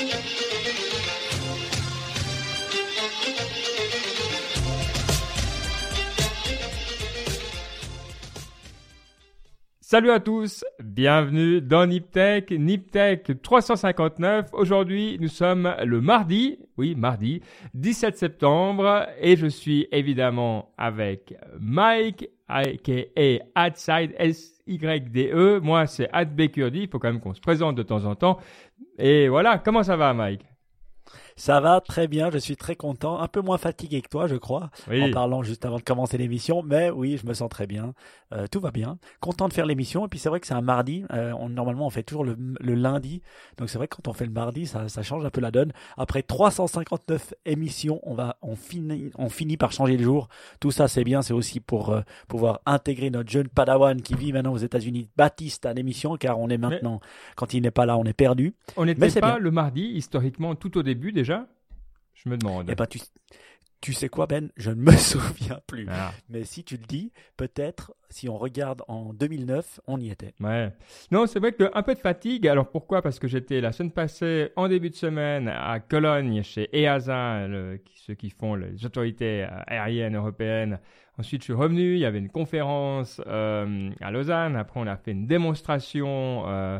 Salut à tous, bienvenue dans Niptech 359. Aujourd'hui, nous sommes le mardi 17 septembre et je suis évidemment avec Mike, aka Adside, SYDE. Moi, c'est Adbekurdi, il faut quand même qu'on se présente de temps en temps. Et voilà, comment ça va Mike ? Ça va très bien, je suis très content, un peu moins fatigué que toi je crois, Oui. En parlant juste avant de commencer l'émission, mais oui je me sens très bien, tout va bien, content de faire l'émission, et puis c'est vrai que c'est un mardi, normalement on fait toujours le lundi, donc c'est vrai que quand on fait le mardi ça change un peu la donne. Après 359 émissions, on finit par changer le jour, tout ça c'est bien, c'est aussi pour pouvoir intégrer notre jeune padawan qui vit maintenant aux États-Unis, Baptiste, à l'émission, car on est maintenant, quand il n'est pas là on est perdu. On n'était pas le mardi historiquement tout au début déjà ? Je me demande. Eh ben, tu sais quoi, Ben? Je ne me souviens plus. Ah. Mais si tu le dis, peut-être, si on regarde en 2009, on y était. Ouais. Non, c'est vrai qu'un peu de fatigue. Alors pourquoi ? Parce que j'étais la semaine passée, en début de semaine, à Cologne, chez EASA, ceux qui font les autorités aériennes européennes. Ensuite, je suis revenu, il y avait une conférence à Lausanne. Après, on a fait une démonstration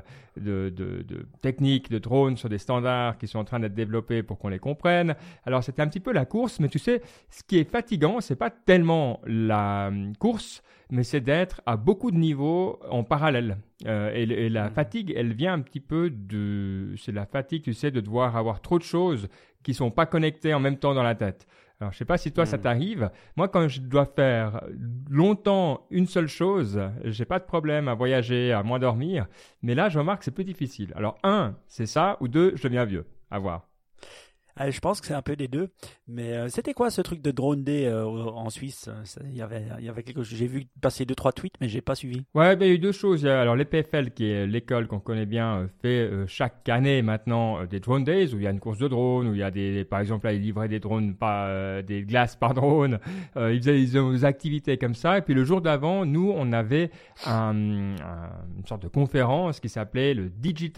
de techniques de drones sur des standards qui sont en train d'être développés pour qu'on les comprenne. Alors, c'était un petit peu la course, mais tu sais, ce qui est fatigant, c'est pas tellement la course, mais c'est d'être à beaucoup de niveaux en parallèle. Et la fatigue, elle vient un petit peu c'est la fatigue, tu sais, de devoir avoir trop de choses qui sont pas connectées en même temps dans la tête. Alors, je sais pas si toi, ça t'arrive. Moi, quand je dois faire longtemps une seule chose, j'ai pas de problème à voyager, à moins dormir. Mais là, je remarque que c'est plus difficile. Alors, c'est ça, ou deux, je deviens vieux. À voir. Je pense que c'est un peu des deux. Mais c'était quoi ce truc de Drone Day en Suisse? Il y avait quelque chose. J'ai vu passer 2-3 tweets, mais j'ai pas suivi. Ouais, il y a eu deux choses. Alors, l'EPFL, qui est l'école qu'on connaît bien, fait chaque année maintenant des Drone Days, où il y a une course de drones, où il y a par exemple, là, ils livraient des drones, des glaces par drone. Ils faisaient des activités comme ça. Et puis, le jour d'avant, nous, on avait une sorte de conférence qui s'appelait le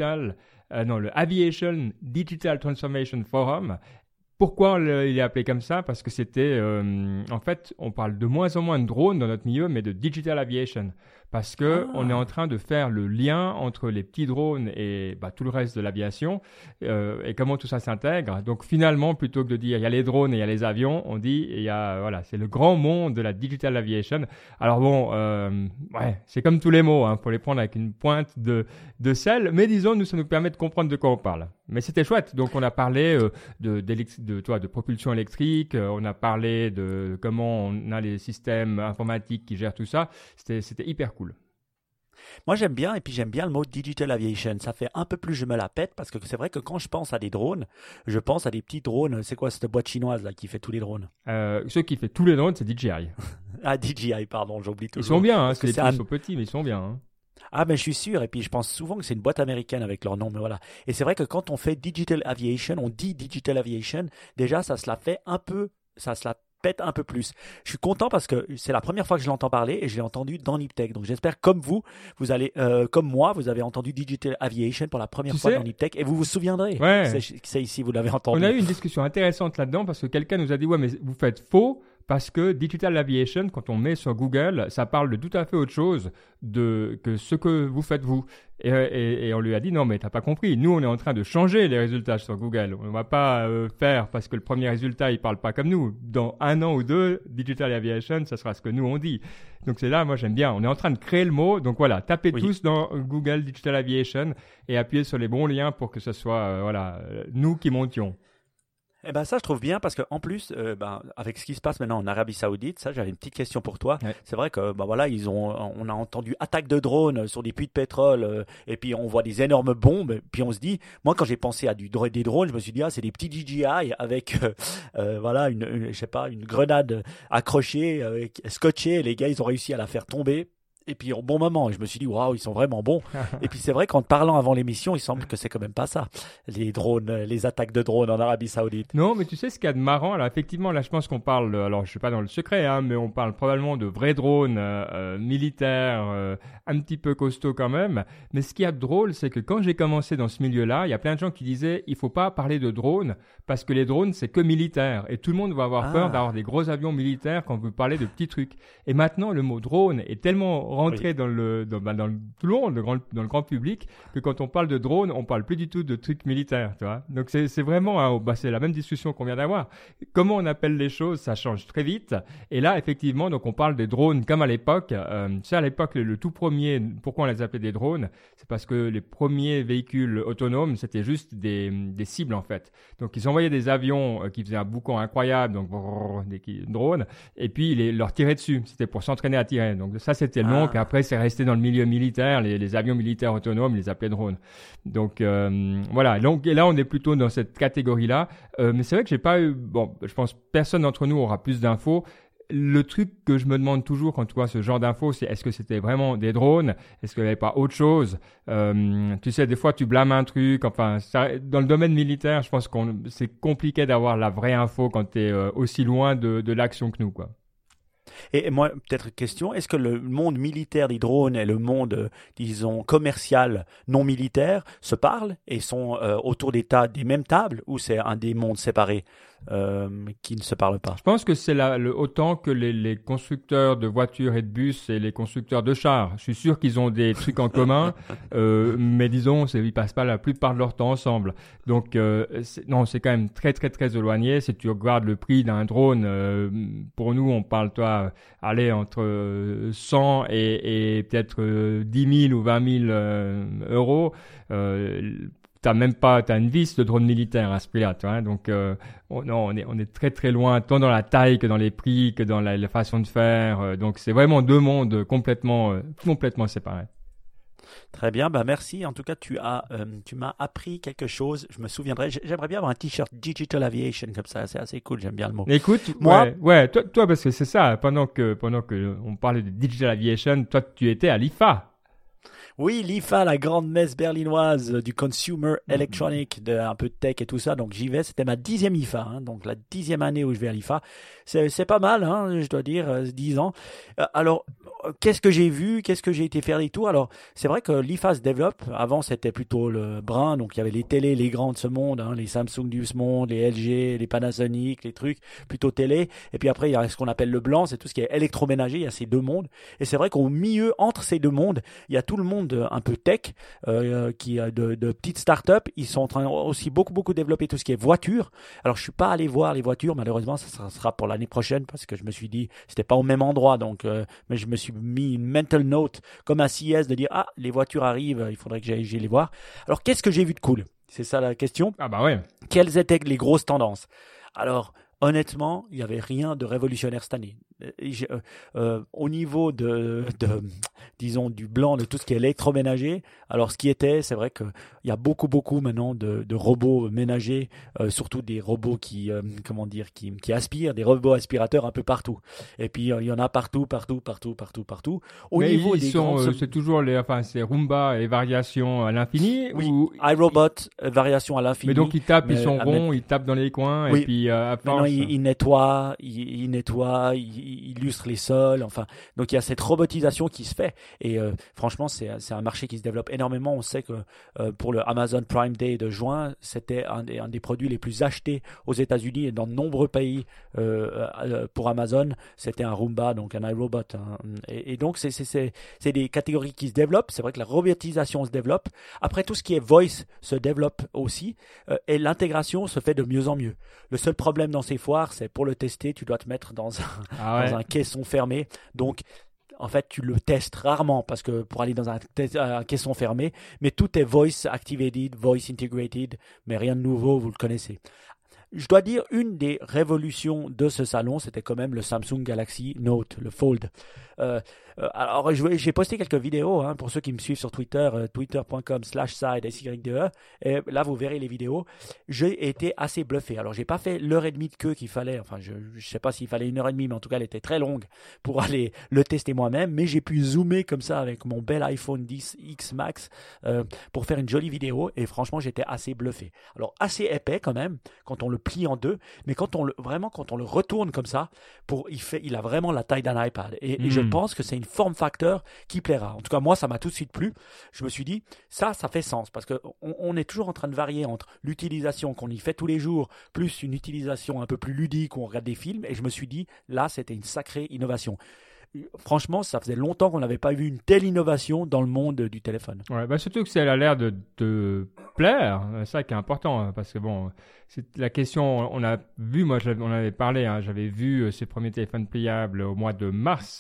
Aviation Digital Transformation Forum. Pourquoi il est appelé comme ça ? Parce que c'était, en fait, on parle de moins en moins de drones dans notre milieu, mais de digital aviation. Parce que on est en train de faire le lien entre les petits drones et tout le reste de l'aviation et comment tout ça s'intègre. Donc finalement, plutôt que de dire il y a les drones et il y a les avions, on dit c'est le grand monde de la digital aviation. Alors bon, c'est comme tous les mots, faut les prendre avec une pointe de sel. Mais disons, ça nous permet de comprendre de quoi on parle. Mais c'était chouette. Donc on a parlé de propulsion électrique, on a parlé de comment on a les systèmes informatiques qui gèrent tout ça. C'était hyper cool. Moi j'aime bien, et puis j'aime bien le mot digital aviation, ça fait un peu plus je me la pète, parce que c'est vrai que quand je pense à des drones, je pense à des petits drones. C'est quoi cette boîte chinoise là qui fait tous les drones? Ceux qui fait tous les drones, c'est DJI. Ah, DJI, pardon, j'oublie toujours. Ils sont bien, c'est des petits, sont petits, mais ils sont bien. Ah, mais je suis sûr, et puis je pense souvent que c'est une boîte américaine avec leur nom, mais voilà. Et c'est vrai que quand on fait digital aviation, on dit digital aviation, déjà ça se la pète un peu plus. Je suis content parce que c'est la première fois que je l'entends parler et je l'ai entendu dans Niptech. Donc j'espère comme vous allez, comme moi, vous avez entendu Digital Aviation pour la première fois dans Niptech et vous vous souviendrez. Ouais. C'est ici, vous l'avez entendu. On a eu une discussion intéressante là-dedans parce que quelqu'un nous a dit mais vous faites faux. Parce que Digital Aviation, quand on met sur Google, ça parle de tout à fait autre chose que ce que vous faites vous. Et on lui a dit, non, mais t'as pas compris. Nous, on est en train de changer les résultats sur Google. On va pas faire parce que le premier résultat, il parle pas comme nous. Dans 1 an ou 2, Digital Aviation, ça sera ce que nous, on dit. Donc c'est là, moi, j'aime bien. On est en train de créer le mot. Donc voilà, tapez tous dans Google Digital Aviation et appuyez sur les bons liens pour que ce soit, nous qui montions. Eh ben ça je trouve bien parce qu'en plus avec ce qui se passe maintenant en Arabie Saoudite, ça j'avais une petite question pour toi. Ouais. C'est vrai que on a entendu attaque de drones sur des puits de pétrole et puis on voit des énormes bombes, puis on se dit, moi quand j'ai pensé à des drones, je me suis dit c'est des petits DJI avec une grenade accrochée, scotchée, les gars ils ont réussi à la faire tomber. Et puis au bon moment, je me suis dit waouh, ils sont vraiment bons. Et puis c'est vrai qu'en te parlant avant l'émission, il semble que c'est quand même pas ça. Les drones, les attaques de drones en Arabie Saoudite. Non, mais tu sais ce qu'il y a de marrant. Alors effectivement, là, je pense qu'on parle. Alors, je suis pas dans le secret, hein, mais on parle probablement de vrais drones militaires, un petit peu costauds quand même. Mais ce qu'il y a de drôle, c'est que quand j'ai commencé dans ce milieu-là, il y a plein de gens qui disaient il faut pas parler de drones parce que les drones c'est que militaire et tout le monde va avoir peur d'avoir des gros avions militaires quand vous parlez de petits trucs. Et maintenant, le mot drone est tellement rentré dans tout le monde, dans le grand public, que quand on parle de drone, on parle plus du tout de trucs militaires, tu vois. Donc c'est vraiment, c'est la même discussion qu'on vient d'avoir. Comment on appelle les choses, ça change très vite. Et là, effectivement, donc on parle des drones comme à l'époque. Tu sais, à l'époque, le tout premier, pourquoi on les appelait des drones, c'est parce que les premiers véhicules autonomes, c'était juste des cibles en fait. Donc ils envoyaient des avions qui faisaient un boucan incroyable, donc des drones, et puis ils leur tiraient dessus. C'était pour s'entraîner à tirer. Donc ça, c'était le nom. Puis après, c'est resté dans le milieu militaire. Les avions militaires autonomes, ils les appelaient drones. Donc voilà. Donc et là, on est plutôt dans cette catégorie-là. Mais c'est vrai que j'ai pas eu. Bon, je pense que personne d'entre nous aura plus d'infos. Le truc que je me demande toujours quand tu vois ce genre d'infos, c'est est-ce que c'était vraiment des drones? Est-ce qu'il n'y avait pas autre chose? Tu sais, des fois, tu blâmes un truc. Enfin, dans le domaine militaire, je pense que c'est compliqué d'avoir la vraie info quand tu es aussi loin de l'action que nous, quoi. Et moi, peut-être question, est-ce que le monde militaire des drones et le monde, disons, commercial non militaire se parlent et sont autour des mêmes tables ou c'est un des mondes séparés qui ne se parlent pas? Je pense que c'est autant que les constructeurs de voitures et de bus et les constructeurs de chars. Je suis sûr qu'ils ont des trucs en commun, mais disons, ils passent pas la plupart de leur temps ensemble. Donc, c'est quand même très, très, très éloigné. Si tu regardes le prix d'un drone, pour nous, on parle, aller entre 100 et peut-être 10 000 ou 20 000 euros. T'as une vis de drone militaire à ce prix-là, tu vois. Donc, on est très très loin, tant dans la taille que dans les prix, que dans la façon de faire. Donc, c'est vraiment deux mondes complètement séparés. Très bien, merci. En tout cas, tu m'as appris quelque chose. Je me souviendrai. J'aimerais bien avoir un t-shirt Digital Aviation comme ça. C'est assez cool. J'aime bien le mot. Écoute, moi, toi, parce que c'est ça. Pendant que on parlait de Digital Aviation, toi, tu étais à l'IFA. Oui, l'IFA, la grande messe berlinoise du consumer electronic, un peu de tech et tout ça. Donc j'y vais. C'était ma 10e IFA, hein, donc la 10e année où je vais à l'IFA. C'est pas mal, hein, je dois dire, 10 ans. Alors, qu'est-ce que j'ai vu? Qu'est-ce que j'ai été faire des tours? Alors, c'est vrai que l'IFA se développe. Avant, c'était plutôt le brun. Donc il y avait les télés, les grands de ce monde, hein, les Samsung du ce monde, les LG, les Panasonic, les trucs plutôt télé. Et puis après, il y a ce qu'on appelle le blanc, c'est tout ce qui est électroménager. Il y a ces deux mondes. Et c'est vrai qu'au milieu, entre ces deux mondes, il y a tout le monde un peu tech, qui a de petites startups. Ils sont en train aussi beaucoup développer tout ce qui est voiture. Alors je suis pas allé voir les voitures, malheureusement ça sera pour l'année prochaine parce que je me suis dit c'était pas au même endroit, donc mais je me suis mis une mental note comme à CES de dire les voitures arrivent, il faudrait que j'aille les voir. Alors qu'est-ce que j'ai vu de cool? C'est ça la question. Ah bah ouais. Quelles étaient les grosses tendances? Alors honnêtement, il n'y avait rien de révolutionnaire cette année. Au niveau disons, du blanc, de tout ce qui est électroménager, alors c'est vrai qu'il y a beaucoup maintenant de robots ménagers, surtout des robots qui aspirent, des robots aspirateurs un peu partout. Et puis, il y en a partout. Mais niveau c'est toujours c'est Roomba et variations à l'infini? Oui, iRobot, variation à l'infini. Mais donc, ils tapent, ils sont ronds, ils tapent dans les coins, oui. Et puis, à force... Maintenant, ils nettoient, il illustre les sols, enfin, donc il y a cette robotisation qui se fait et franchement c'est un marché qui se développe énormément. On sait que pour le Amazon Prime Day de juin, c'était un des produits les plus achetés aux États-Unis et dans de nombreux pays pour Amazon, c'était un Roomba, donc un iRobot, hein. Et donc c'est des catégories qui se développent. C'est vrai que la robotisation se développe. Après, tout ce qui est voice se développe aussi et l'intégration se fait de mieux en mieux. Le seul problème dans ces foires, c'est pour le tester, tu dois te mettre dans un caisson fermé. Donc, en fait, tu le testes rarement parce que pour aller dans un caisson fermé, mais tout est voice activated, voice integrated, mais rien de nouveau, vous le connaissez. je dois dire, une des révolutions de ce salon, c'était quand même le Samsung Galaxy Note, le Fold. Alors, j'ai posté quelques vidéos hein, pour ceux qui me suivent sur Twitter, twitter.com/side, SYDE. Et là, vous verrez les vidéos. J'ai été assez bluffé. Alors, j'ai pas fait l'heure et demie de queue qu'il fallait. Enfin, je sais pas s'il fallait 1 heure et demie, mais en tout cas, elle était très longue pour aller le tester moi-même. Mais j'ai pu zoomer comme ça avec mon bel iPhone 10X Max pour faire une jolie vidéo. Et franchement, j'étais assez bluffé. Alors, assez épais quand même quand on le plie en deux. Mais quand on le retourne comme ça, il a vraiment la taille d'un iPad. Et je pense que c'est une forme facteur qui plaira. En tout cas, moi, ça m'a tout de suite plu. Je me suis dit, ça fait sens parce qu'on est toujours en train de varier entre l'utilisation qu'on y fait tous les jours plus une utilisation un peu plus ludique où on regarde des films. Et je me suis dit, là, c'était une sacrée innovation. Franchement, ça faisait longtemps qu'on n'avait pas vu une telle innovation dans le monde du téléphone. Ouais, bah surtout que ça a l'air de te plaire, c'est ça qui est important, hein, parce que bon, c'est la question, on a vu, moi on avait parlé, hein, j'avais vu ces premiers téléphones pliables au mois de mars,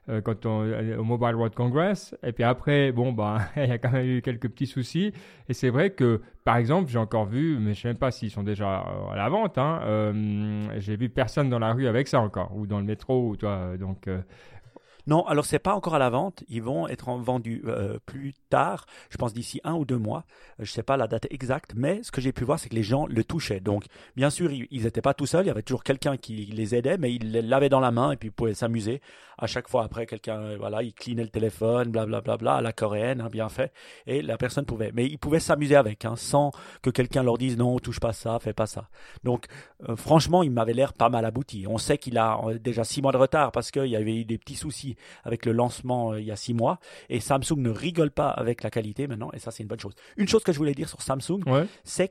au Mobile World Congress, et puis après, bon, bah, il y a quand même eu quelques petits soucis, et c'est vrai que, par exemple, j'ai encore vu, mais je ne sais même pas s'ils sont déjà à la vente, hein, j'ai vu personne dans la rue avec ça encore, ou dans le métro, ou toi, donc... Non, alors c'est pas encore à la vente. Ils vont être vendus plus tard, je pense d'ici 1 ou 2 mois. Je sais pas la date exacte, mais ce que j'ai pu voir, c'est que les gens le touchaient. Donc, bien sûr, ils étaient pas tout seuls. Il y avait toujours quelqu'un qui les aidait, mais ils l'avaient dans la main et puis ils pouvaient s'amuser. À chaque fois, après, quelqu'un, voilà, il cleanait le téléphone, blablabla, à la coréenne, hein, bien fait. Et la personne pouvait, mais ils pouvaient s'amuser avec, hein, sans que quelqu'un leur dise non, touche pas ça, fais pas ça. Donc, franchement, il m'avait l'air pas mal abouti. On sait qu'il a déjà 6 mois de retard parce qu'il y avait eu des petits soucis avec le lancement il y a 6 mois. Et Samsung ne rigole pas avec la qualité maintenant. Et ça, c'est une bonne chose. Une chose que je voulais dire sur Samsung, c'est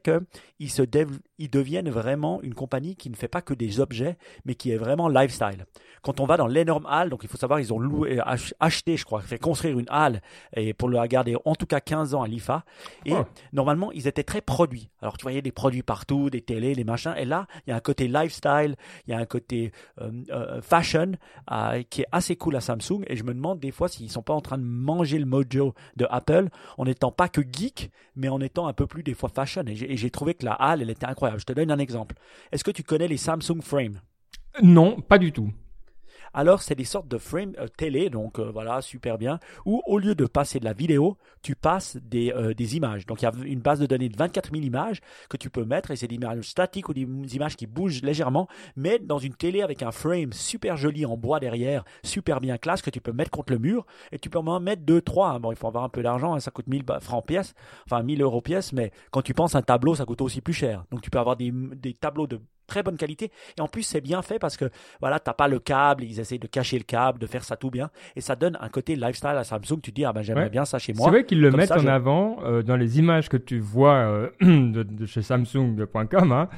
qu'ils deviennent vraiment une compagnie qui ne fait pas que des objets, mais qui est vraiment lifestyle. Quand on va dans l'énorme halle, donc il faut savoir, ils ont acheté, je crois, fait construire une halle et pour la garder en tout cas 15 ans à l'IFA. Et normalement, ils étaient très produits. Alors, tu voyais des produits partout, des télés, des machins. Et là, il y a un côté lifestyle, il y a un côté fashion qui est assez cool à Samsung. Et je me demande des fois s'ils ne sont pas en train de manger le mojo de Apple en n'étant pas que geek, mais en étant un peu plus des fois fashion. Et j'ai trouvé que la halle, elle était incroyable. Je te donne un exemple. Est-ce que tu connais les Samsung Frame? Non, pas du tout. Alors, c'est des sortes de frames télé, donc voilà, super bien, où au lieu de passer de la vidéo, tu passes des images. Donc, il y a une base de données de 24 000 images que tu peux mettre, et c'est des images statiques ou des images qui bougent légèrement, mais dans une télé avec un frame super joli en bois derrière, super bien classe, que tu peux mettre contre le mur, et tu peux en mettre 2, 3. Hein. Bon, il faut avoir un peu d'argent, hein, ça coûte 1000 francs pièce, enfin 1000 euros pièce, mais quand tu penses à un tableau, ça coûte aussi plus cher. Donc, tu peux avoir des tableaux de très bonne qualité, et en plus c'est bien fait parce que voilà, t'as pas le câble, ils essayent de cacher le câble, de faire ça tout bien, et ça donne un côté lifestyle à Samsung. Tu te dis, ah ben j'aimerais bien ça chez moi. C'est vrai qu'ils le mettent en avant dans les images que tu vois de chez Samsung.com, hein,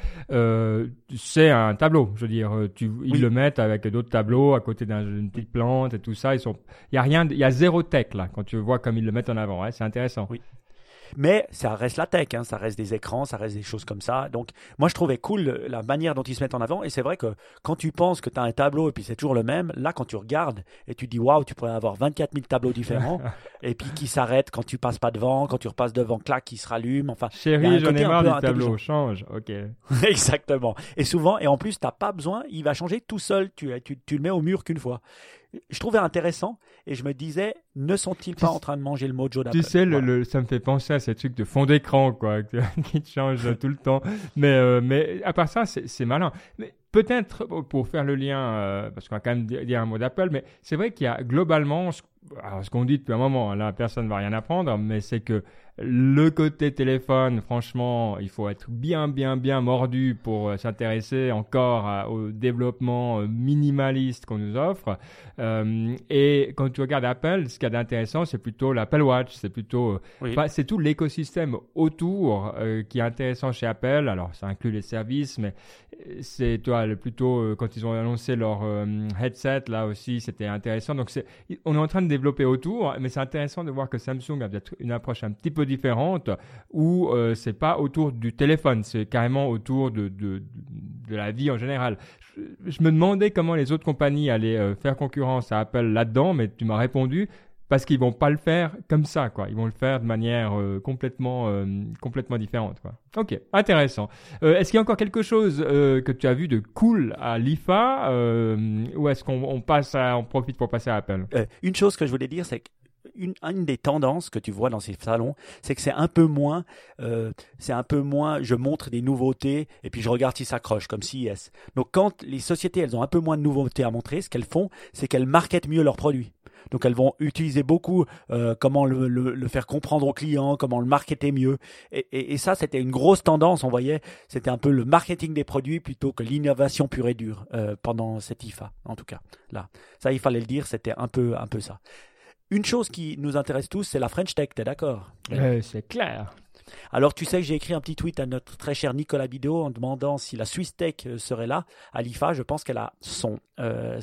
c'est un tableau, je veux dire, ils le mettent avec d'autres tableaux à côté d'une petite plante et tout ça. Il y a rien, il y a zéro tech là quand tu vois comme ils le mettent en avant, hein, c'est intéressant. Oui. Mais ça reste la tech, hein, ça reste des écrans, ça reste des choses comme ça. Donc, moi, je trouvais cool la manière dont ils se mettent en avant. Et c'est vrai que quand tu penses que tu as un tableau et puis c'est toujours le même, là, quand tu regardes et tu dis, waouh, tu pourrais avoir 24 000 tableaux différents et puis qui s'arrêtent quand tu passes pas devant, quand tu repasses devant, clac, qui se rallume. Enfin, chérie, j'en ai marre du tableau, change. Ok. Exactement. Et souvent, et en plus, tu n'as pas besoin, il va changer tout seul. Tu le mets au mur qu'une fois. Je trouvais intéressant et je me disais, ne sont-ils pas en train de manger le mojo d'Apple? Tu sais, ça me fait penser à ces trucs de fond d'écran, quoi, qui changent tout le temps. Mais à part ça, c'est malin. Mais peut-être pour faire le lien, parce qu'on va quand même dire un mot d'Apple, mais c'est vrai qu'il y a globalement, ce qu'on dit depuis un moment, là, personne ne va rien apprendre, mais c'est que le côté téléphone, franchement, il faut être bien mordu pour s'intéresser encore au développement minimaliste qu'on nous offre. Et quand tu regardes Apple, ce qu'il y a d'intéressant, c'est plutôt l'Apple Watch, c'est plutôt, c'est tout l'écosystème autour qui est intéressant chez Apple. Alors, ça inclut les services, mais c'est plutôt quand ils ont annoncé leur headset là aussi, c'était intéressant. Donc, on est en train de développer autour, mais c'est intéressant de voir que Samsung a peut-être une approche un petit peu différente où c'est pas autour du téléphone, c'est carrément autour de la vie en général. Je me demandais comment les autres compagnies allaient faire concurrence à Apple là-dedans, mais tu m'as répondu parce qu'ils vont pas le faire comme ça, quoi. Ils vont le faire de manière complètement différente, quoi. Ok, intéressant. Est-ce qu'il y a encore quelque chose que tu as vu de cool à l'IFA ou est-ce qu'on profite pour passer à Apple? Une chose que je voulais dire, c'est que une des tendances que tu vois dans ces salons, c'est que c'est un peu moins, je montre des nouveautés et puis je regarde si ça accroche, comme CES. Donc quand les sociétés, elles ont un peu moins de nouveautés à montrer, ce qu'elles font, c'est qu'elles marketent mieux leurs produits. Donc elles vont utiliser beaucoup comment le faire comprendre aux clients, comment le marketer mieux. Et ça, c'était une grosse tendance, on voyait. C'était un peu le marketing des produits plutôt que l'innovation pure et dure pendant cette IFA, en tout cas. Là, ça, il fallait le dire, c'était un peu ça. Une chose qui nous intéresse tous, c'est la French Tech, t'es d'accord? C'est clair. Alors, tu sais que j'ai écrit un petit tweet à notre très cher Nicolas Bidot en demandant si la Swiss Tech serait là à l'IFA. Je pense qu'elle a elle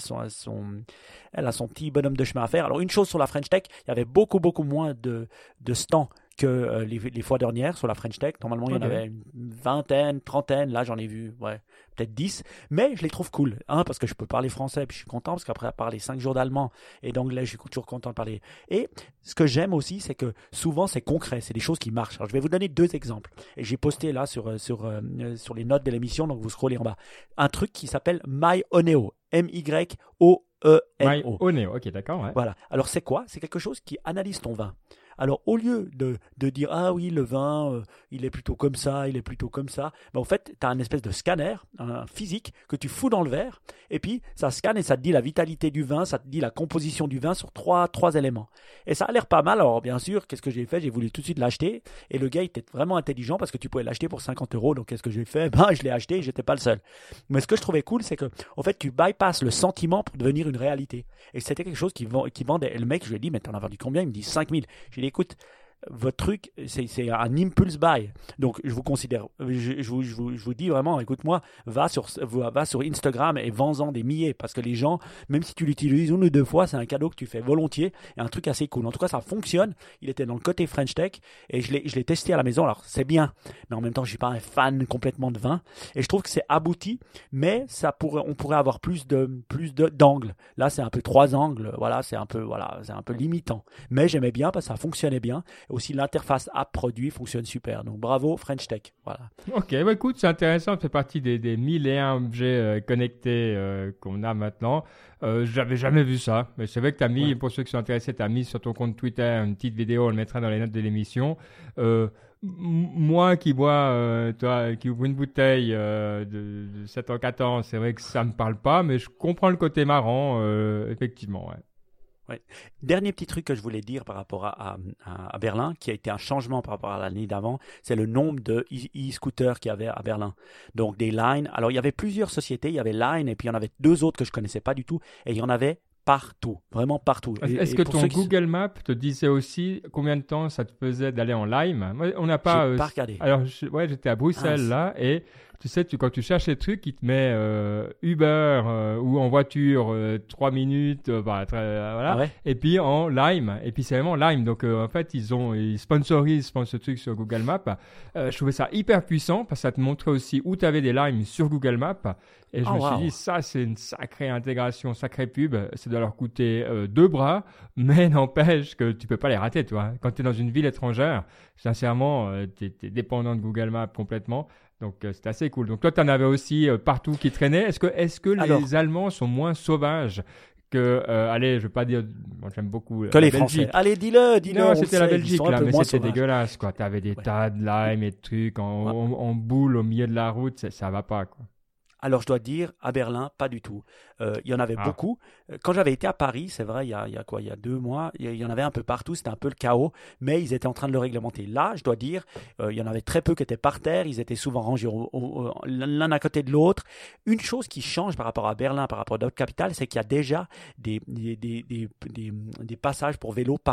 a son petit bonhomme de chemin à faire. Alors, une chose sur la French Tech, il y avait beaucoup moins de stands que les fois dernières sur la French Tech. Normalement, il y en avait une vingtaine, trentaine. Là, j'en ai vu peut-être 10. Mais je les trouve cool. Parce que je peux parler français, puis je suis content, parce qu'après parler 5 jours d'allemand et d'anglais, je suis toujours content de parler. Et ce que j'aime aussi, c'est que souvent, c'est concret. C'est des choses qui marchent. Alors, je vais vous donner 2 exemples. Et j'ai posté là sur les notes de l'émission, donc vous scrollez en bas. Un truc qui s'appelle MyOneo. MyOneo. MyOneo, ok, d'accord. Ouais. Voilà. Alors, c'est quoi? C'est quelque chose qui analyse ton vin. Alors, au lieu de dire « Ah oui, le vin, il est plutôt comme ça, il est plutôt comme ça », en fait, tu as un espèce de scanner, un physique, que tu fous dans le verre, et puis ça scanne et ça te dit la vitalité du vin, ça te dit la composition du vin sur trois éléments. Et ça a l'air pas mal. Alors, bien sûr, qu'est-ce que j'ai fait? J'ai voulu tout de suite l'acheter, et le gars était vraiment intelligent parce que tu pouvais l'acheter pour 50 €. Donc, qu'est-ce que j'ai fait? Je l'ai acheté et j'étais pas le seul. Mais ce que je trouvais cool, c'est que, en fait, tu bypasses le sentiment pour devenir une réalité. Et c'était quelque chose qui vendait. Et le mec, je lui ai dit « Mais t'en as vendu combien » Il me dit 5000. J'ai dit « Écoute, votre truc, c'est un impulse buy. Donc, je vous considère, je vous dis vraiment, écoute-moi, va sur Instagram et vends-en des milliers. Parce que les gens, même si tu l'utilises 1 ou 2 fois, c'est un cadeau que tu fais volontiers et un truc assez cool. En tout cas, ça fonctionne. Il était dans le côté French Tech et je l'ai testé à la maison. Alors, c'est bien. Mais en même temps, je suis pas un fan complètement de vin. Et je trouve que c'est abouti, mais on pourrait avoir plus d'angles. Là, c'est un peu 3 angles. Voilà, c'est un peu limitant. Mais j'aimais bien parce que ça fonctionnait bien. Aussi, l'interface app-produit fonctionne super. Donc, bravo, French Tech. Voilà. Ok, écoute, c'est intéressant. Ça fait partie des 1001 objets connectés qu'on a maintenant. J'avais jamais vu ça. Mais c'est vrai que tu as mis, pour ceux qui sont intéressés, tu as mis sur ton compte Twitter une petite vidéo. On le mettra dans les notes de l'émission. Moi qui bois, qui ouvre une bouteille de 714, c'est vrai que ça me parle pas, mais je comprends le côté marrant, effectivement. Ouais. Ouais. Dernier petit truc que je voulais dire par rapport à Berlin, qui a été un changement par rapport à l'année d'avant, c'est le nombre de e-scooters qu'il y avait à Berlin. Donc des Line. Alors il y avait plusieurs sociétés, il y avait Line et puis il y en avait 2 autres que je connaissais pas du tout et il y en avait partout, vraiment partout. Est-ce que ton Google Maps te disait aussi combien de temps ça te faisait d'aller en Lime? Moi, on n'a pas. J'ai pas regardé. Alors j'étais à Bruxelles là et tu sais, quand tu cherches des trucs, il te met Uber ou en voiture 3 minutes, voilà. Ah ouais? Et puis en Lime. Et puis c'est vraiment Lime. Donc en fait, ils sponsorisent, je pense, ce truc sur Google Maps. Je trouvais ça hyper puissant parce que ça te montrait aussi où tu avais des Limes sur Google Maps. Et je me suis dit, ça, c'est une sacrée intégration, sacrée pub. Ça doit leur coûter 2 bras, mais n'empêche que tu peux pas les rater, toi. Quand tu es dans une ville étrangère, sincèrement, tu es dépendant de Google Maps complètement. Donc, c'est assez cool. Donc, toi, tu en avais aussi partout qui traînaient. Est-ce que les Allemands sont moins sauvages que, allez, je veux pas dire, moi, j'aime beaucoup que les Français. Allez, dis-le. Non, c'était la Belgique, là, mais c'était dégueulasse, quoi. Tu avais des tas de limes et de trucs en boule au milieu de la route. Ça va pas, quoi. Alors, je dois dire, à Berlin, pas du tout. Il y en avait beaucoup. Quand j'avais été à Paris, c'est vrai, il y a 2 mois, il y en avait un peu partout, c'était un peu le chaos, mais ils étaient en train de le réglementer. Là, je dois dire, il y en avait très peu qui étaient par terre, ils étaient souvent rangés l'un à côté de l'autre. Une chose qui change par rapport à Berlin, par rapport à d'autres capitales, c'est qu'il y a déjà des passages pour vélo partout.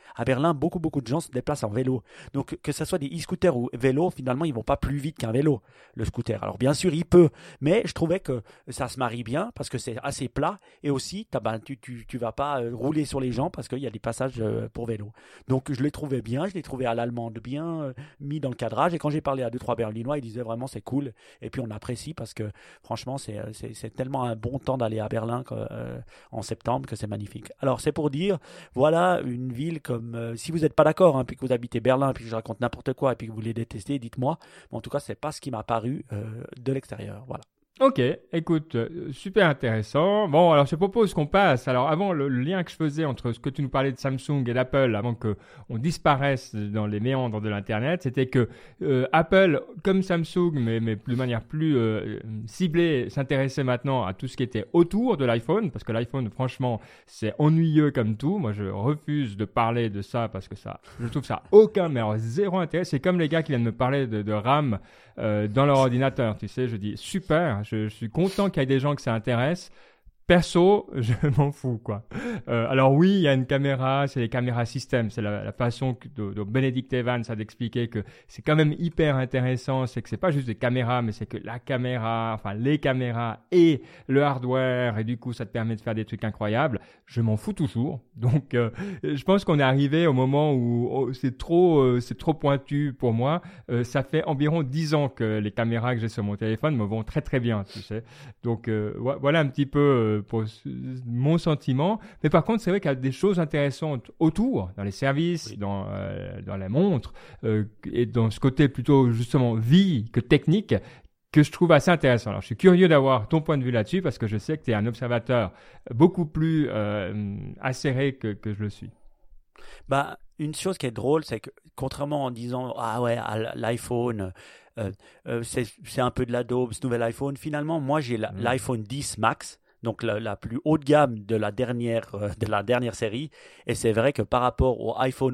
À Berlin, beaucoup de gens se déplacent en vélo. Donc, que ce soit des e-scooters ou vélos, finalement, ils vont pas plus vite qu'un vélo, le scooter. Alors, bien sûr, il peut, mais je trouvais que ça se marie bien parce que c'est assez plat et aussi, tu vas pas rouler sur les gens parce qu'il y a des passages pour vélo. Donc, je l'ai trouvé bien, je l'ai trouvé à l'allemande bien mis dans le cadrage. Et quand j'ai parlé à 2-3 Berlinois, ils disaient vraiment c'est cool. Et puis, on apprécie parce que franchement, c'est tellement un bon temps d'aller à Berlin en septembre que c'est magnifique. Alors, c'est pour dire, voilà une ville comme, si vous n'êtes pas d'accord, hein, puis que vous habitez Berlin, puis que je raconte n'importe quoi, et puis que vous les détestez, dites-moi. Mais en tout cas, c'est pas ce qui m'a paru de l'extérieur. Voilà. Ok, écoute, super intéressant. Bon, alors je propose qu'on passe. Alors avant, le lien que je faisais entre ce que tu nous parlais de Samsung et d'Apple, avant que on disparaisse dans les méandres de l'Internet, c'était que Apple, comme Samsung, mais de manière plus ciblée, s'intéressait maintenant à tout ce qui était autour de l'iPhone, parce que l'iPhone, franchement, c'est ennuyeux comme tout. Moi, je refuse de parler de ça parce que ça, je trouve que ça a aucun, mais alors zéro intérêt. C'est comme les gars qui viennent me parler de RAM dans leur ordinateur, tu sais. Je dis super. Je suis content qu'il y ait des gens que ça intéresse. Perso, je m'en fous, quoi. Alors oui, il y a une caméra, c'est les caméras système. C'est la façon dont Benedict Evans a d'expliquer que c'est quand même hyper intéressant. C'est que c'est pas juste des caméras, mais c'est que la caméra, enfin les caméras et le hardware, et du coup, ça te permet de faire des trucs incroyables. Je m'en fous toujours. Donc, je pense qu'on est arrivé au moment où c'est trop pointu pour moi. Ça fait environ 10 ans que les caméras que j'ai sur mon téléphone me vont très très bien, tu sais. Donc, voilà un petit peu pour mon sentiment. Mais par contre, c'est vrai qu'il y a des choses intéressantes autour, dans les services, Oui. dans la montre, et dans ce côté plutôt justement vie que technique, que je trouve assez intéressant. Alors, je suis curieux d'avoir ton point de vue là-dessus parce que je sais que tu es un observateur beaucoup plus acéré que je le suis. Bah, une chose qui est drôle, c'est que contrairement en disant ah ouais, l'iPhone, c'est un peu de la daube, ce nouvel iPhone, finalement, moi j'ai l'iPhone 10 Max. Donc la plus haute gamme de la dernière série, et c'est vrai que par rapport au iPhone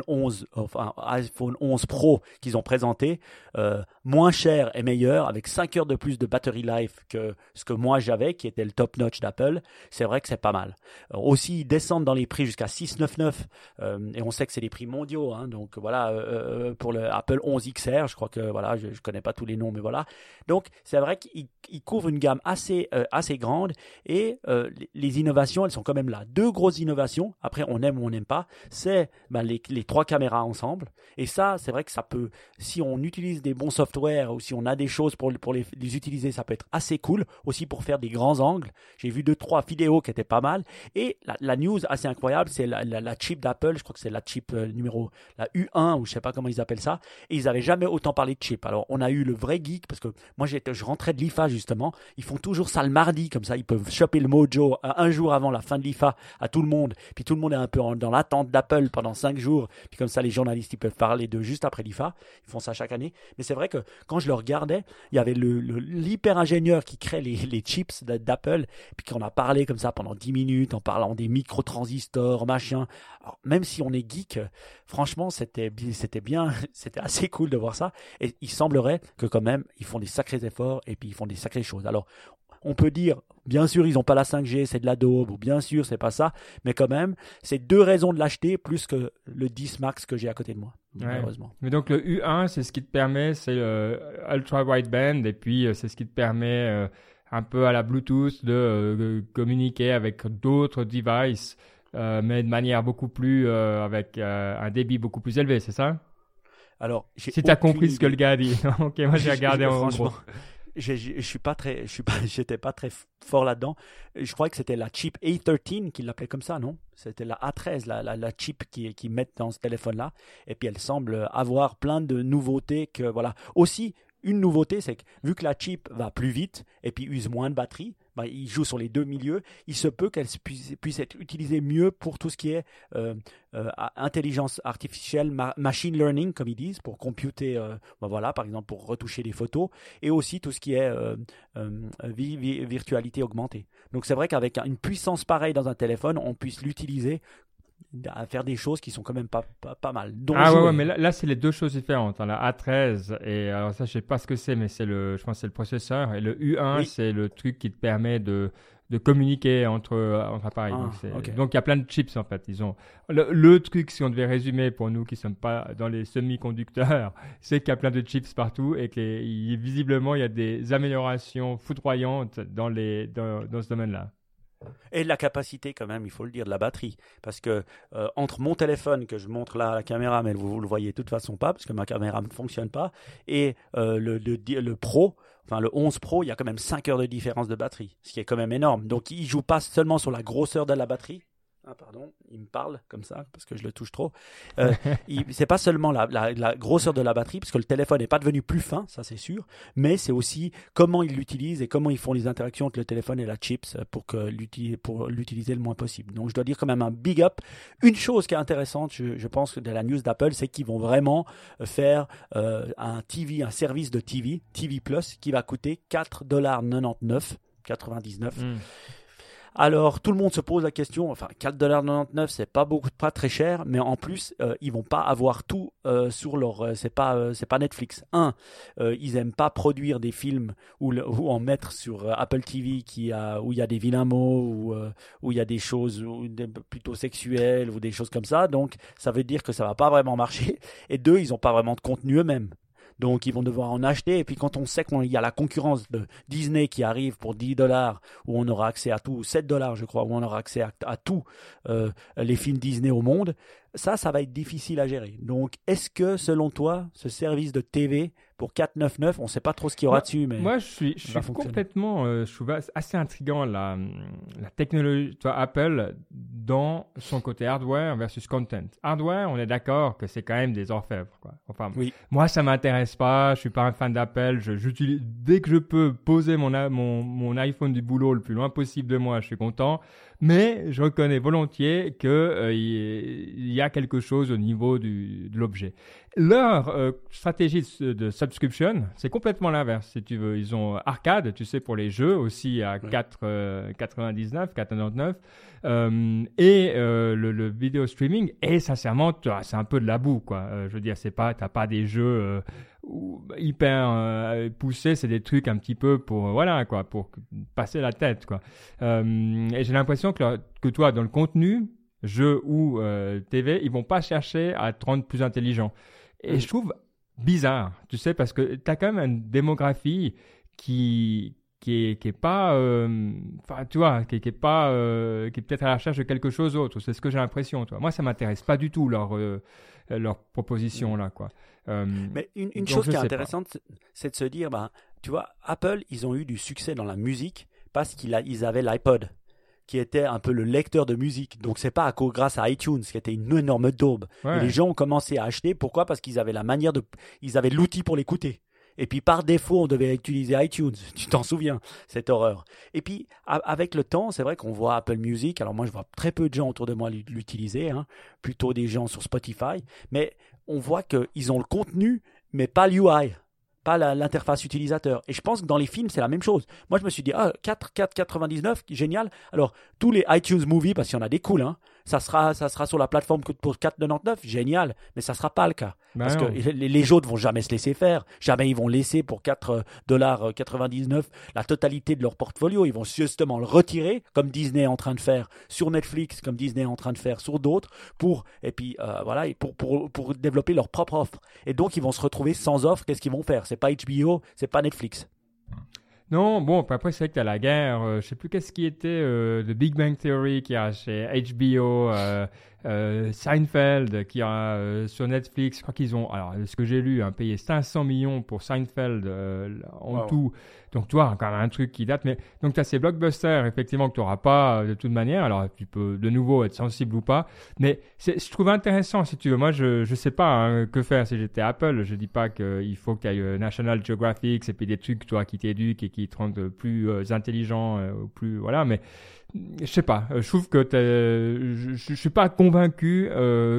11 Pro qu'ils ont présenté, moins cher et meilleur, avec 5 heures de plus de battery life que ce que moi j'avais, qui était le top notch d'Apple, c'est vrai que c'est pas mal. Aussi, ils descendent dans les prix jusqu'à 699, et on sait que c'est des prix mondiaux, hein, donc voilà, pour le Apple 11 XR, je crois que voilà, je connais pas tous les noms, mais voilà. Donc c'est vrai qu'ils couvrent une gamme assez grande, et les innovations, elles sont quand même là. Deux grosses innovations, après on aime ou on n'aime pas, c'est les 3 caméras ensemble. Et ça, c'est vrai que ça peut, si on utilise des bons softwares ou si on a des choses pour les utiliser, ça peut être assez cool. Aussi pour faire des grands angles. J'ai vu 2-3 vidéos qui étaient pas mal. Et la news assez incroyable, c'est la chip d'Apple, je crois que c'est la chip la U1 ou je sais pas comment ils appellent ça. Et ils n'avaient jamais autant parlé de chip. Alors on a eu le vrai geek, parce que moi je rentrais de l'IFA justement. Ils font toujours ça le mardi, comme ça ils peuvent choper le mojo un jour avant la fin de l'IFA à tout le monde, puis tout le monde est un peu dans l'attente d'Apple pendant 5 jours, puis comme ça les journalistes ils peuvent parler de juste après l'IFA. Ils font ça chaque année. Mais c'est vrai que quand je le regardais, il y avait l'hyper ingénieur qui crée les chips d'Apple, puis qu'on a parlé comme ça pendant 10 minutes en parlant des microtransistors, machin. Alors, même si on est geek, franchement c'était bien, c'était assez cool de voir ça. Et il semblerait que quand même ils font des sacrés efforts et puis ils font des sacrées choses. Alors on peut dire, bien sûr, ils n'ont pas la 5G, c'est de la daube, ou bien sûr, c'est pas ça, mais quand même, c'est 2 raisons de l'acheter plus que le 10 Max que j'ai à côté de moi, malheureusement. Mais donc, le U1, c'est ce qui te permet, c'est Ultra Wideband, et puis c'est ce qui te permet, un peu à la Bluetooth, de communiquer avec d'autres devices, mais de manière beaucoup plus, avec un débit beaucoup plus élevé, c'est ça? Alors, si tu as compris ce que le gars a dit. Ok, moi j'ai regardé en gros. J'étais pas très fort là-dedans. Je croyais que c'était la chip A13 qu'ils l'appelaient comme ça, non? C'était la A13, la chip qu'ils mettent dans ce téléphone-là. Et puis elle semble avoir plein de nouveautés que voilà. Aussi, une nouveauté, c'est que vu que la chip va plus vite et puis use moins de batterie, il joue sur les deux milieux, il se peut qu'elle puisse être utilisée mieux pour tout ce qui est intelligence artificielle, machine learning, comme ils disent, pour computer, voilà, par exemple, pour retoucher des photos, et aussi tout ce qui est virtualité augmentée. Donc c'est vrai qu'avec une puissance pareille dans un téléphone, on puisse l'utiliser à faire des choses qui sont quand même pas mal. Dont Ah ouais, jouer. mais là c'est les deux choses différentes, hein. La A13, et alors ça je sais pas ce que c'est, mais je pense que c'est le processeur, et le U1 Oui. c'est le truc qui te permet de communiquer entre appareils. Ok. Donc il y a plein de chips en fait. Ils ont le truc, si on devait résumer pour nous qui sommes pas dans les semi-conducteurs, c'est qu'il y a plein de chips partout et que visiblement il y a des améliorations foudroyantes dans ce domaine-là. Et la capacité quand même, il faut le dire, de la batterie. Parce que entre mon téléphone que je montre là à la caméra, mais vous le voyez de toute façon pas, parce que ma caméra ne fonctionne pas, et le Pro, enfin le 11 Pro, il y a quand même 5 heures de différence de batterie, ce qui est quand même énorme. Donc il joue pas seulement sur la grosseur de la batterie. Ah pardon, il me parle comme ça parce que je le touche trop. C'est pas seulement la grosseur de la batterie, parce que le téléphone n'est pas devenu plus fin, ça c'est sûr, mais c'est aussi comment ils l'utilisent et comment ils font les interactions entre le téléphone et la chips pour l'utiliser le moins possible. Donc je dois dire quand même un big up. Une chose qui est intéressante, je pense, de la news d'Apple, c'est qu'ils vont vraiment faire un service de TV Plus, qui va coûter $4,99. Alors, tout le monde se pose la question, enfin, $4,99, c'est pas beaucoup, pas très cher, mais en plus, ils vont pas avoir tout sur leur, c'est pas Netflix. Ils aiment pas produire des films ou en mettre sur Apple TV où il y a des vilains mots, où il y a des choses plutôt sexuelles ou des choses comme ça. Donc, ça veut dire que ça va pas vraiment marcher. Et deux, ils ont pas vraiment de contenu eux-mêmes. Donc, ils vont devoir en acheter. Et puis, quand on sait qu'il y a la concurrence de Disney qui arrive pour $10, où on aura accès à tout, ou $7, je crois, où on aura accès à tous les films Disney au monde, ça va être difficile à gérer. Donc, est-ce que, selon toi, ce service de TV pour $4,99, on ne sait pas trop ce qu'il y aura dessus, mais moi, je suis complètement, je trouve assez intriguant la technologie, toi, Apple, dans son côté hardware versus content. Hardware, on est d'accord que c'est quand même des orfèvres, quoi. Enfin, oui. Moi, ça m'intéresse pas. Je suis pas un fan d'Apple. J'utilise dès que je peux poser mon iPhone du boulot le plus loin possible de moi, je suis content. Mais je reconnais volontiers que il y a quelque chose au niveau de l'objet. Leur stratégie de subscription, c'est complètement l'inverse, si tu veux. Ils ont arcade, tu sais, pour les jeux aussi à 4,99, 4,99, et le vidéo streaming. Et sincèrement, c'est un peu de la boue, quoi. Je veux dire, t'as pas des jeux hyper poussés, c'est des trucs un petit peu pour pour passer la tête, quoi. Et j'ai l'impression que toi, dans le contenu, jeu ou TV, ils vont pas chercher à te rendre plus intelligent. Et je trouve bizarre, tu sais, parce que tu as quand même une démographie qui est pas, enfin, tu vois, qui est pas, qui est peut-être à la recherche de quelque chose d'autre. C'est ce que j'ai l'impression, toi. Moi, ça m'intéresse pas du tout leur proposition là, quoi. Mais une chose qui est intéressante, c'est de se dire, tu vois, Apple, ils ont eu du succès dans la musique parce qu'ils avaient l'iPod, qui était un peu le lecteur de musique. Donc, c'est pas grâce à iTunes, qui était une énorme daube. Ouais. Et les gens ont commencé à acheter. Pourquoi ? Parce qu'ils avaient ils avaient l'outil pour l'écouter. Et puis, par défaut, on devait utiliser iTunes. Tu t'en souviens, cette horreur. Et puis, avec le temps, c'est vrai qu'on voit Apple Music. Alors, moi, je vois très peu de gens autour de moi l'utiliser, hein. Plutôt des gens sur Spotify. Mais on voit qu'ils ont le contenu, mais pas l'UI. Pas l'interface utilisateur. Et je pense que dans les films, c'est la même chose. Moi, je me suis dit, 4,99, génial. Alors, tous les iTunes Movies, parce qu'il y en a des cools, hein, ça sera sur la plateforme que pour 4,99, génial. Mais ça ne sera pas le cas. Parce que les autres ne vont jamais se laisser faire. Jamais ils vont laisser pour $4,99 la totalité de leur portfolio. Ils vont justement le retirer, comme Disney est en train de faire sur Netflix, comme Disney est en train de faire sur d'autres, pour développer leur propre offre. Et donc, ils vont se retrouver sans offre. Qu'est-ce qu'ils vont faire ? C'est pas HBO, c'est pas Netflix. Non, bon, après, c'est vrai que tu as la guerre. Je sais plus qu'est-ce qui était The Big Bang Theory qui a chez HBO, Seinfeld qui a sur Netflix. Je crois qu'ils ont, alors, ce que j'ai lu, payé 500 millions pour Seinfeld en tout. Donc, tu vois, quand même un truc qui date. Mais donc, tu as ces blockbusters, effectivement, que tu n'auras pas de toute manière. Alors, tu peux de nouveau être sensible ou pas. Mais je trouve intéressant, si tu veux. Moi, je sais pas que faire si j'étais Apple. Je dis pas qu'il faut que tu ailles National Geographic et puis des trucs, toi, qui t'éduquent et qui te rendent plus intelligent, plus, voilà. Mais je sais pas. Je trouve que je suis pas convaincu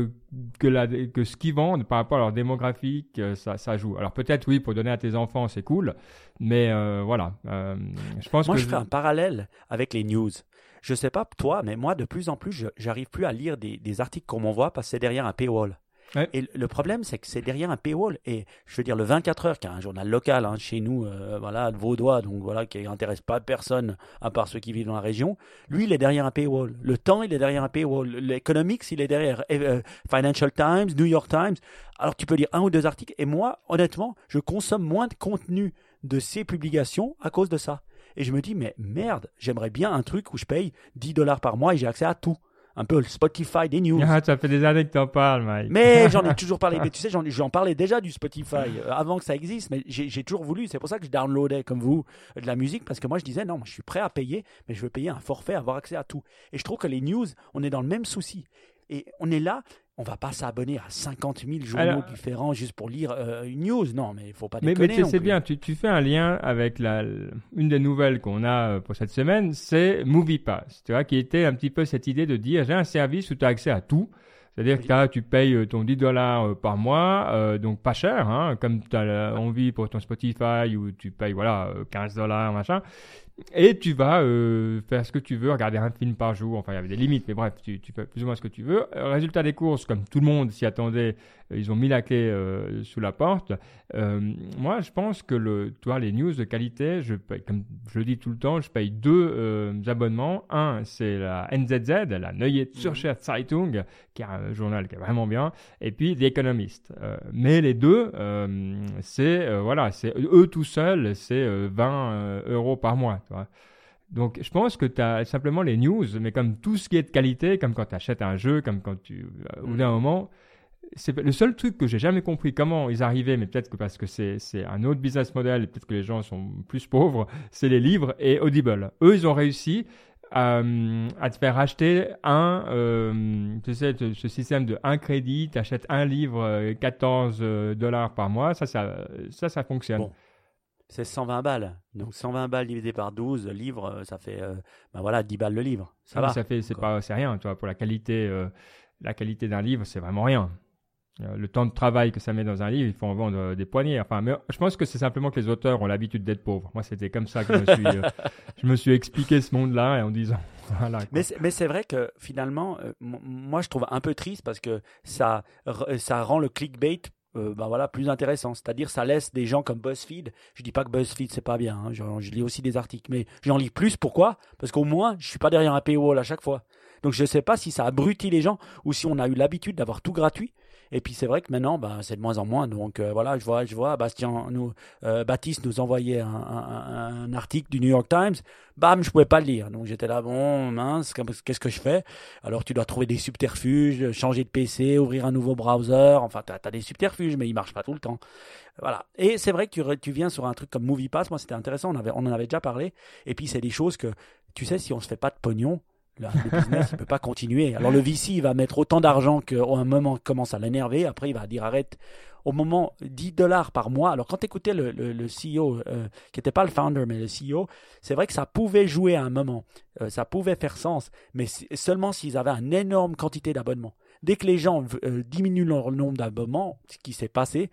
que ce qu'ils vendent par rapport à leur démographique, ça joue. Alors peut-être oui, pour donner à tes enfants, c'est cool. Mais voilà. Je pense Moi, que je fais un parallèle avec les news. je sais pas toi, mais moi, de plus en plus, j'arrive plus à lire des articles qu'on m'envoie parce que c'est derrière un paywall. Ouais. Et le problème, c'est que c'est derrière un paywall. Et je veux dire, le 24 heures, qui est un journal local chez nous, voilà, de Vaudois, donc voilà, qui n'intéresse pas personne à part ceux qui vivent dans la région, lui, il est derrière un paywall. Le Temps, il est derrière un paywall. L'Economics, il est derrière Financial Times, New York Times. Alors, tu peux lire un ou deux articles. Et moi, honnêtement, je consomme moins de contenu de ces publications à cause de ça. Et je me dis, mais merde, j'aimerais bien un truc où je paye $10 par mois et j'ai accès à tout. Un peu le Spotify des news. Ah, ça fait des années que t'en parles, Mike. Mais j'en ai toujours parlé. Mais tu sais, j'en parlais déjà du Spotify avant que ça existe. Mais j'ai toujours voulu. C'est pour ça que je downloadais, comme vous, de la musique. Parce que moi, je disais, non, je suis prêt à payer. Mais je veux payer un forfait, avoir accès à tout. Et je trouve que les news, on est dans le même souci. Et on est là. On va pas s'abonner à 50 000 journaux différents juste pour lire une news. Non, mais il faut pas déconner. Mais c'est bien, tu fais un lien avec une des nouvelles qu'on a pour cette semaine, c'est MoviePass, tu vois, qui était un petit peu cette idée de dire j'ai un service où tu as accès à tout. C'est-à-dire que tu payes ton $10 par mois, donc pas cher, hein, comme tu as envie pour ton Spotify où tu payes voilà, $15, machin. Et tu vas faire ce que tu veux, regarder un film par jour. Enfin, il y avait des limites, mais bref, tu fais plus ou moins ce que tu veux. Résultat des courses, comme tout le monde s'y attendait, ils ont mis la clé sous la porte. Moi, je pense que les news de qualité, je paye, comme je le dis tout le temps, je paye deux abonnements. Un, c'est la NZZ, la Neue Zürcher Zeitung, qui est un journal qui est vraiment bien. Et puis, The Economist. Mais les deux, c'est eux tout seuls, c'est 20 € par mois. Donc, je pense que tu as simplement les news, mais comme tout ce qui est de qualité, comme quand tu achètes un jeu, comme quand au bout d'un moment, c'est le seul truc que j'ai jamais compris comment ils arrivaient, mais peut-être que parce que c'est un autre business model et peut-être que les gens sont plus pauvres, c'est les livres et Audible. Eux, ils ont réussi à te faire acheter tu sais, ce système de un crédit, tu achètes un livre, $14 par mois, ça fonctionne. Bon. C'est 120 balles. Donc 120 balles divisé par 12 livres, ça fait 10 balles le livre. Ça va. C'est rien, tu vois, pour la qualité d'un livre, c'est vraiment rien. Le temps de travail que ça met dans un livre, il faut en vendre des poignées. Enfin, mais je pense que c'est simplement que les auteurs ont l'habitude d'être pauvres. Moi, c'était comme ça que je me suis expliqué ce monde-là en disant voilà. Mais c'est vrai que finalement, moi, je trouve un peu triste parce que ça rend le clickbait plus intéressant. C'est-à-dire, ça laisse des gens comme BuzzFeed. Je dis pas que BuzzFeed c'est pas bien. Hein. Je lis aussi des articles, mais j'en lis plus. Pourquoi ? Parce qu'au moins, je suis pas derrière un paywall à chaque fois. Donc, je sais pas si ça abrutit les gens ou si on a eu l'habitude d'avoir tout gratuit. Et puis c'est vrai que maintenant, c'est de moins en moins. Donc voilà, je vois Baptiste nous envoyait un article du New York Times. Bam, je pouvais pas le lire. Donc j'étais là, bon, mince, qu'est-ce que je fais ? Alors tu dois trouver des subterfuges, changer de PC, ouvrir un nouveau browser. Enfin, t'as des subterfuges, mais ils marchent pas tout le temps. Voilà. Et c'est vrai que tu viens sur un truc comme MoviePass. Moi, c'était intéressant. On en avait déjà parlé. Et puis c'est des choses que, tu sais, si on se fait pas de pognon, le business, il peut pas continuer. Alors le VC, il va mettre autant d'argent qu'à un moment commence à l'énerver. Après, il va dire arrête. Au moment, $10 par mois. Alors quand tu écoutais le CEO, qui n'était pas le founder, mais le CEO, c'est vrai que ça pouvait jouer à un moment. Ça pouvait faire sens, mais seulement s'ils avaient une énorme quantité d'abonnements. Dès que les gens diminuent leur nombre d'abonnements, ce qui s'est passé,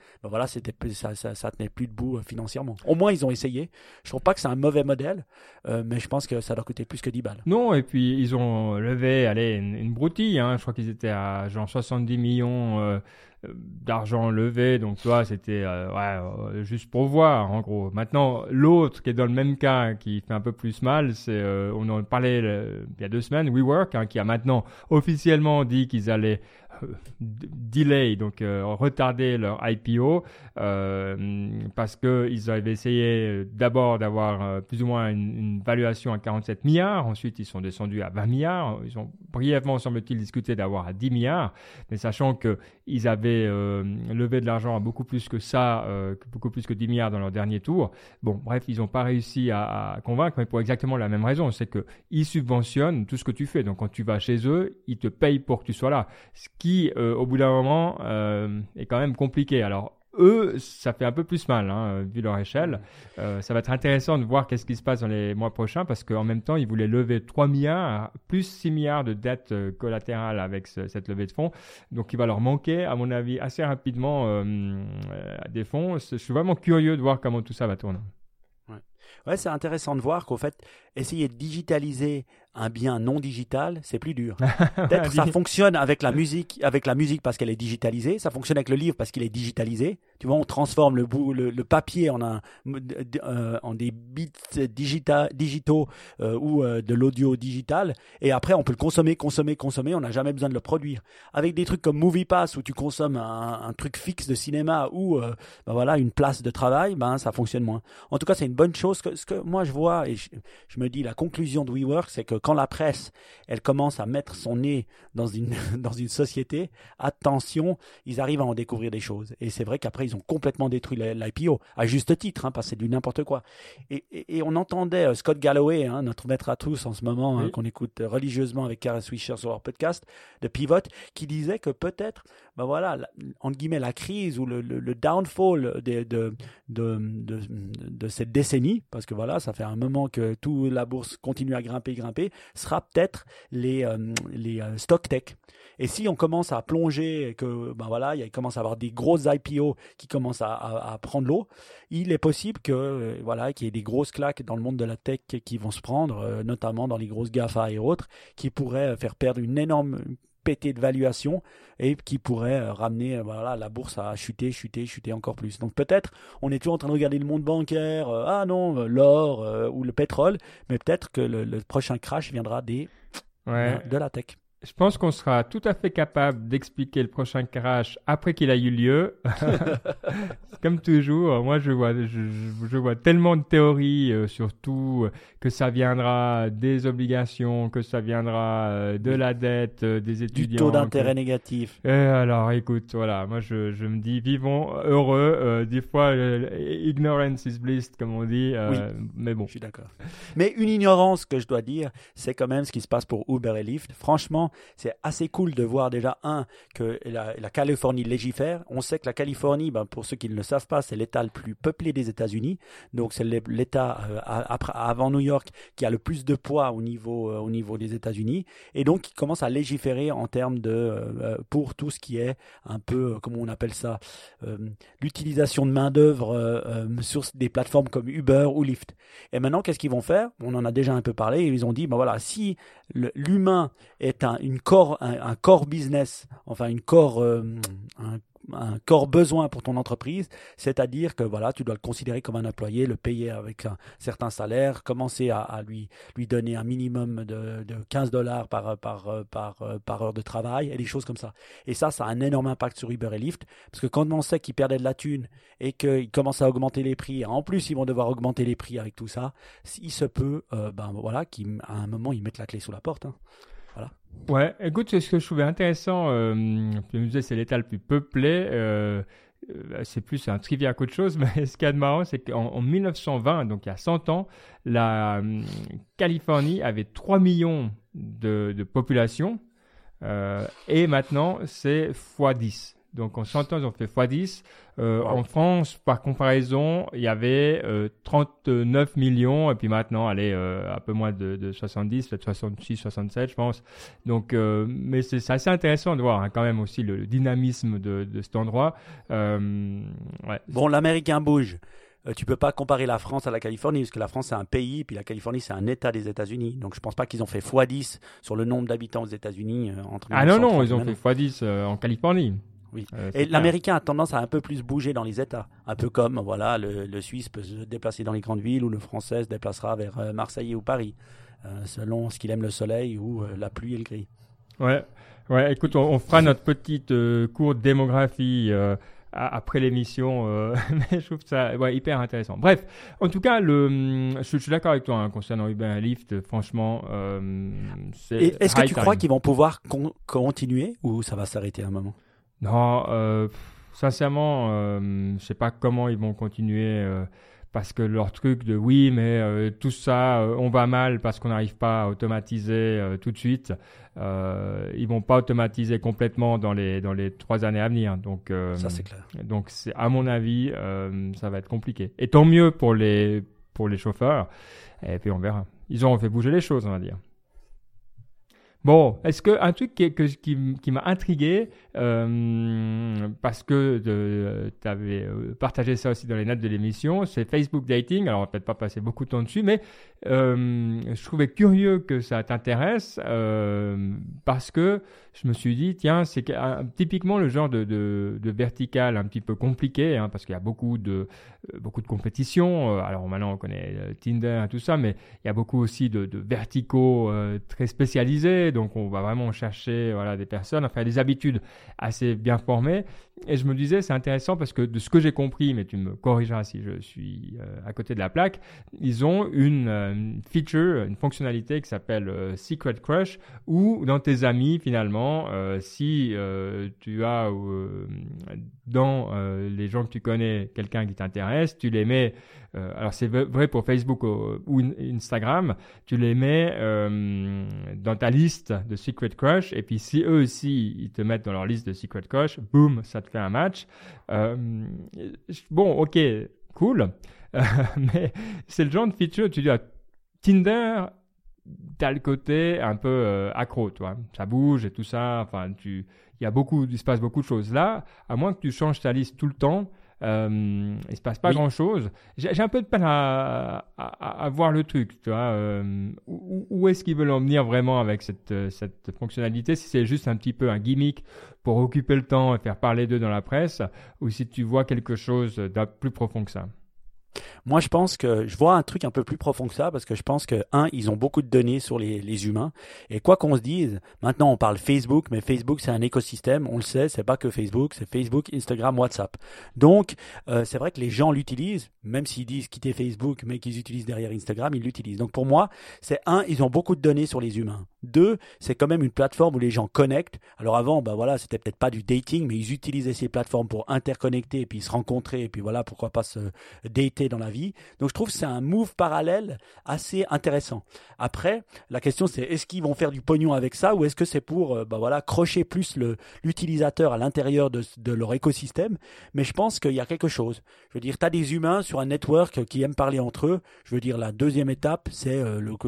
ça tenait plus debout financièrement. Au moins, ils ont essayé. Je trouve pas que c'est un mauvais modèle, mais je pense que ça leur coûtait plus que 10 balles. Non, et puis ils ont levé une broutille. Hein. Je crois qu'ils étaient à genre 70 millions d'argent levé. Donc, tu vois, c'était juste pour voir, en gros. Maintenant, l'autre qui est dans le même cas, qui fait un peu plus mal, c'est, on en parlait il y a 2 semaines, WeWork, qui a maintenant officiellement dit qu'ils allaient delay, donc retarder leur IPO parce qu'ils avaient essayé d'abord d'avoir plus ou moins une valuation à 47 milliards, ensuite ils sont descendus à 20 milliards, ils ont brièvement semble-t-il discuté d'avoir à 10 milliards, mais sachant qu'ils avaient levé de l'argent à beaucoup plus que ça, beaucoup plus que 10 milliards dans leur dernier tour. Bon, bref, ils n'ont pas réussi à convaincre, mais pour exactement la même raison, c'est qu'ils subventionnent tout ce que tu fais, donc quand tu vas chez eux, ils te payent pour que tu sois là, ce qui, au bout d'un moment, est quand même compliqué. Alors, eux, ça fait un peu plus mal, vu leur échelle. Ça va être intéressant de voir qu'est-ce qui se passe dans les mois prochains, parce qu'en même temps, ils voulaient lever 3 milliards, plus 6 milliards de dettes collatérales avec cette levée de fonds. Donc, il va leur manquer, à mon avis, assez rapidement des fonds. Je suis vraiment curieux de voir comment tout ça va tourner. Ouais, c'est intéressant de voir qu'au fait, essayer de digitaliser un bien non digital, c'est plus dur. Peut-être ça fonctionne avec la musique parce qu'elle est digitalisée. Ça fonctionne avec le livre parce qu'il est digitalisé. Tu vois, on transforme le papier en des bits digitaux ou de l'audio digital. Et après, on peut le consommer. On n'a jamais besoin de le produire. Avec des trucs comme MoviePass où tu consommes un truc fixe de cinéma ou une place de travail, ça fonctionne moins. En tout cas, c'est une bonne chose. Ce que moi je vois et je me dis, la conclusion de WeWork, c'est que quand la presse, elle commence à mettre son nez dans une société, attention, ils arrivent à en découvrir des choses. Et c'est vrai qu'après, ils ont complètement détruit l'IPO, à juste titre, parce que c'est du n'importe quoi. Et on entendait Scott Galloway, notre maître à tous en ce moment, Oui. qu'on écoute religieusement avec Kara Swisher sur leur podcast de Pivot, qui disait que peut-être, entre guillemets, la crise ou le downfall de cette décennie, parce que ça fait un moment que toute la bourse continue à grimper, sera peut-être les stock tech. Et si on commence à plonger, et que il commence à avoir des grosses IPO qui commencent à prendre l'eau, il est possible que qu'il y ait des grosses claques dans le monde de la tech qui vont se prendre, notamment dans les grosses GAFA et autres, qui pourraient faire perdre une énorme pété de valuation et qui pourrait ramener la bourse à chuter encore plus. Donc peut-être on est toujours en train de regarder le monde bancaire, l'or ou le pétrole, mais peut-être que le prochain crash viendra de la tech. Je pense qu'on sera tout à fait capable d'expliquer le prochain crash après qu'il a eu lieu. Comme toujours, moi je vois tellement de théories, surtout que ça viendra des obligations, que ça viendra de la dette des étudiants. Du taux d'intérêt négatif. Alors écoute, moi je me dis vivons heureux. Des fois, ignorance is bliss, comme on dit. Oui, mais bon. Je suis d'accord. Mais une ignorance que je dois dire, c'est quand même ce qui se passe pour Uber et Lyft. Franchement, c'est assez cool de voir déjà, que la Californie légifère. On sait que la Californie, pour ceux qui ne le savent pas, c'est l'État le plus peuplé des États-Unis. Donc c'est l'État avant New York qui a le plus de poids au niveau des États-Unis. Et donc il commence à légiférer en termes pour tout ce qui est un peu, comment on appelle ça, l'utilisation de main-d'œuvre sur des plateformes comme Uber ou Lyft. Et maintenant, qu'est-ce qu'ils vont faire? On en a déjà un peu parlé. Ils ont dit, si l'humain est un core business, enfin un core besoin pour ton entreprise, c'est-à-dire que tu dois le considérer comme un employé, le payer avec un certain salaire, commencer à lui donner un minimum de $15 par heure de travail et des choses comme ça. Et ça a un énorme impact sur Uber et Lyft, parce que quand on sait qu'ils perdaient de la thune et qu'ils commencent à augmenter les prix, et en plus ils vont devoir augmenter les prix avec tout ça, il se peut qu'à un moment ils mettent la clé sous la porte. Voilà. Ouais, écoute, c'est ce que je trouvais intéressant. Je me disais, c'est l'État le plus peuplé. C'est plus un trivia qu'autre chose, mais ce qu'il y a de marrant, c'est qu'en 1920, donc il y a 100 ans, la Californie avait 3 millions de population et maintenant c'est x10. Donc en 100 ans, ils ont fait x10. En France, par comparaison, il y avait 39 millions et puis maintenant, un peu moins de 70, peut-être 66, 67, je pense. Donc, mais c'est assez intéressant de voir quand même aussi le dynamisme de cet endroit. Ouais. Bon, l'Américain bouge. Tu peux pas comparer la France à la Californie, parce que la France c'est un pays, puis la Californie c'est un État des États-Unis. Donc je pense pas qu'ils ont fait x10 sur le nombre d'habitants aux États-Unis entre. Non, ils ont fait x10 en Californie. Oui. Et l'Américain a tendance à un peu plus bouger dans les États. Un peu comme le Suisse peut se déplacer dans les grandes villes, ou le Français se déplacera vers Marseille ou Paris, selon ce qu'il aime, le soleil ou la pluie et le gris. Ouais, écoute, on fera notre petite cours de démographie après l'émission, mais je trouve ça hyper intéressant. Bref, en tout cas, je suis d'accord avec toi concernant Uber et Lyft, franchement. Est-ce que tu crois qu'ils vont pouvoir continuer ou ça va s'arrêter à un moment? Non, sincèrement, je sais pas comment ils vont continuer parce que leur truc de oui, mais tout ça, on va mal parce qu'on n'arrive pas à automatiser tout de suite. Ils vont pas automatiser complètement dans les 3 années à venir. Donc ça c'est clair. Donc à mon avis, ça va être compliqué. Et tant mieux pour les chauffeurs. Et puis on verra. Ils auront fait bouger les choses, on va dire. Bon, est-ce que un truc qui m'a intrigué, parce que tu avais partagé ça aussi dans les notes de l'émission, c'est Facebook Dating. Alors, on va peut-être pas passer beaucoup de temps dessus, mais je trouvais curieux que ça t'intéresse parce que je me suis dit, tiens, c'est typiquement le genre de vertical un petit peu compliqué, hein, parce qu'il y a beaucoup de compétition. Alors maintenant, on connaît Tinder et tout ça, mais il y a beaucoup aussi de verticaux très spécialisés. Donc, on va vraiment chercher voilà, des personnes, enfin des habitudes assez bien formées. Et je me disais, c'est intéressant parce que de ce que j'ai compris, mais tu me corrigeras si je suis à côté de la plaque, ils ont une feature, une fonctionnalité qui s'appelle Secret Crush, où dans tes amis, finalement, si tu as dans les gens que tu connais quelqu'un qui t'intéresse, tu les mets, alors c'est vrai pour Facebook ou Instagram, tu les mets dans ta liste de Secret Crush, et puis si eux aussi ils te mettent dans leur liste de Secret Crush, boum, ça te fait un match. Bon, ok, cool, mais c'est le genre de feature, tu dis à Tinder, t'as le côté un peu accro, toi. Ça bouge et tout ça. Enfin, il se passe beaucoup de choses. Là, à moins que tu changes ta liste tout le temps, il se passe pas grand-chose. J'ai un peu de peine à voir le truc, tu vois. Où est-ce qu'ils veulent en venir vraiment avec cette fonctionnalité? Si c'est juste un petit peu un gimmick pour occuper le temps et faire parler d'eux dans la presse, ou si tu vois quelque chose d'un plus profond que ça. Moi, je pense que je vois un truc un peu plus profond que ça parce que je pense que, ils ont beaucoup de données sur les humains. Et quoi qu'on se dise, maintenant on parle Facebook, mais Facebook c'est un écosystème, on le sait, c'est pas que Facebook, c'est Facebook, Instagram, WhatsApp. Donc, c'est vrai que les gens l'utilisent, même s'ils disent quitter Facebook, mais qu'ils utilisent derrière Instagram, ils l'utilisent. Donc pour moi, c'est ils ont beaucoup de données sur les humains. Deux, c'est quand même une plateforme où les gens connectent. Alors avant, bah voilà, c'était peut-être pas du dating, mais ils utilisaient ces plateformes pour interconnecter et puis se rencontrer et puis voilà, pourquoi pas se dater dans la vie. Donc je trouve que c'est un move parallèle assez intéressant. Après, la question c'est est-ce qu'ils vont faire du pognon avec ça ou est-ce que c'est pour crocher plus l'utilisateur à l'intérieur de leur écosystème. Mais je pense qu'il y a quelque chose. Je veux dire, tu as des humains sur un network qui aiment parler entre eux. Je veux dire, la deuxième étape, c'est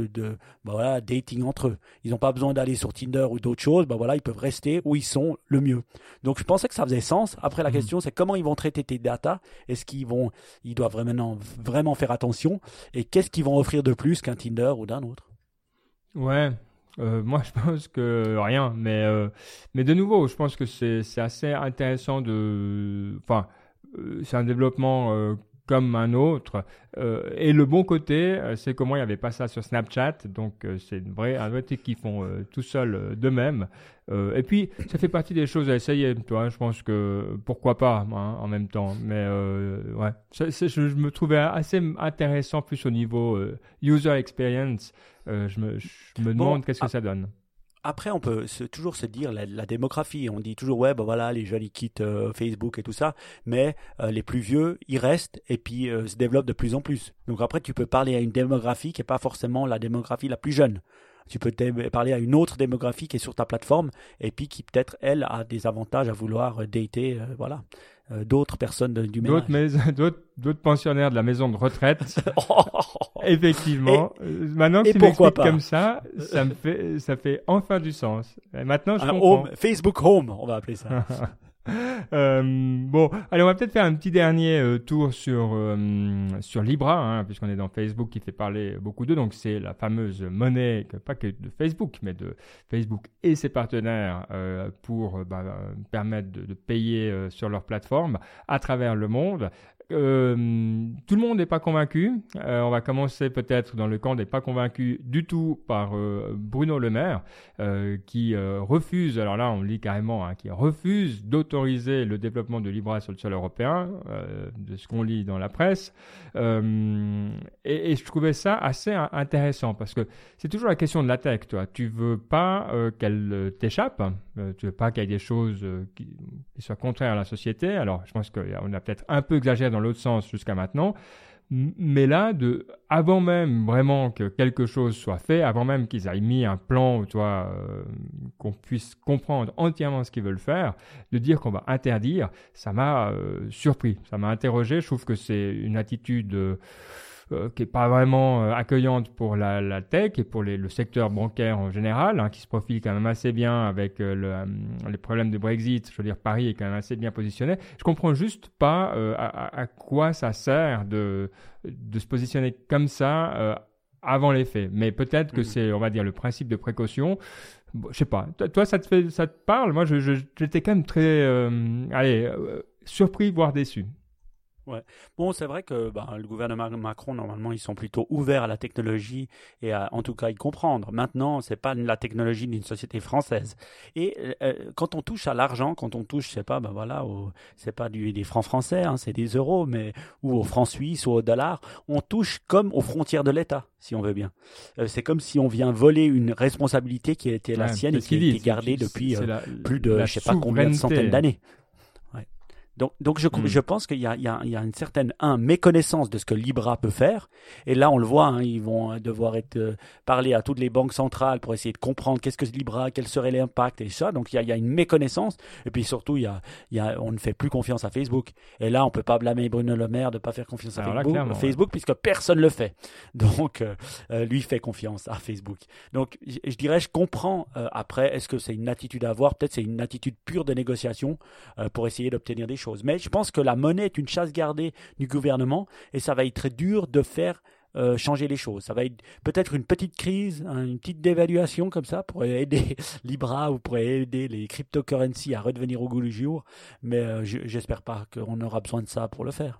dating entre eux. Ils n'ont pas besoin d'aller sur Tinder ou d'autres choses. Ils peuvent rester où ils sont le mieux. Donc je pensais que ça faisait sens. Après, la question c'est comment ils vont traiter tes datas. Est-ce qu'ils doivent vraiment faire attention et qu'est-ce qu'ils vont offrir de plus qu'un Tinder ou d'un autre? Ouais, moi je pense que rien, mais de nouveau, je pense que c'est assez intéressant enfin, c'est un développement comme un autre. Et le bon côté, c'est comment il n'y avait pas ça sur Snapchat. Donc, c'est un vrai truc qu'ils font tout seuls d'eux-mêmes. Et puis, ça fait partie des choses à essayer. Toi, je pense que pourquoi pas hein, en même temps. Mais ouais, je me trouvais assez intéressant plus au niveau user experience. Je me demande qu'est-ce que ça donne. Après, on peut toujours se dire la démographie. On dit toujours, les jeunes ils quittent Facebook et tout ça, mais les plus vieux, ils restent et puis se développent de plus en plus. Donc après, tu peux parler à une démographie qui n'est pas forcément la démographie la plus jeune. Tu peux parler à une autre démographie qui est sur ta plateforme et puis qui peut-être, elle, a des avantages à vouloir dater, d'autres personnes du même âge. D'autres pensionnaires de la maison de retraite. Effectivement. Maintenant que tu pourquoi m'expliques pas comme ça fait enfin du sens. Et maintenant, je comprends. Facebook Home, on va appeler ça. Bon, allez, on va peut-être faire un petit dernier tour sur Libra, hein, puisqu'on est dans Facebook qui fait parler beaucoup d'eux. Donc, c'est la fameuse monnaie, pas que de Facebook, mais de Facebook et ses partenaires pour permettre de payer sur leur plateforme à travers le monde. Tout le monde n'est pas convaincu. On va commencer peut-être dans le camp des pas convaincus du tout par Bruno Le Maire qui refuse, alors là on lit carrément, hein, qui refuse d'autoriser le développement de Libra sur le sol européen, de ce qu'on lit dans la presse. Et je trouvais ça assez intéressant parce que c'est toujours la question de la tech, toi. Tu veux pas qu'elle t'échappe, tu veux pas qu'il y ait des choses qui soient contraires à la société. Alors je pense qu'on a peut-être un peu exagéré dans l'autre sens jusqu'à maintenant, mais là, avant même vraiment que quelque chose soit fait, avant même qu'ils aient mis un plan, qu'on puisse comprendre entièrement ce qu'ils veulent faire, de dire qu'on va interdire, ça m'a surpris, ça m'a interrogé. Je trouve que c'est une attitude qui est pas vraiment accueillante pour la tech et pour le secteur bancaire en général, hein, qui se profile quand même assez bien avec les problèmes de Brexit. Je veux dire, Paris est quand même assez bien positionné. Je comprends juste pas à quoi ça sert de se positionner comme ça avant les faits. Mais peut-être que c'est, on va dire, le principe de précaution. Bon, je sais pas. Toi, ça te parle? Moi, j'étais quand même très, surpris, voire déçu. Ouais. Bon, c'est vrai que le gouvernement Macron, normalement, ils sont plutôt ouverts à la technologie et à, en tout cas, y comprendre. Maintenant, c'est pas la technologie d'une société française. Et quand on touche à l'argent, quand on touche, je sais pas, c'est pas des francs français, hein, c'est des euros, mais ou aux francs suisses ou au dollar, on touche comme aux frontières de l'État, si on veut bien. C'est comme si on vient voler une responsabilité qui a été la sienne et qui a été gardée depuis plus de, je sais pas combien de centaines d'années. Donc je pense qu'il y a une certaine méconnaissance de ce que Libra peut faire. Et là, on le voit, hein, ils vont devoir parler à toutes les banques centrales pour essayer de comprendre qu'est-ce que Libra, quel serait l'impact et ça. Donc il y a une méconnaissance. Et puis surtout, on ne fait plus confiance à Facebook. Et là, on peut pas blâmer Bruno Le Maire de pas faire confiance à Facebook puisque personne le fait. Donc lui fait confiance à Facebook. Donc je dirais, je comprends. Après, est-ce que c'est une attitude à avoir? Peut-être c'est une attitude pure de négociation pour essayer d'obtenir des choses. Mais je pense que la monnaie est une chasse gardée du gouvernement et ça va être très dur de faire changer les choses. Ça va être peut-être une petite crise, une petite dévaluation comme ça pour aider Libra ou pour aider les cryptocurrencies à redevenir au goût du jour. Mais j'espère pas qu'on aura besoin de ça pour le faire.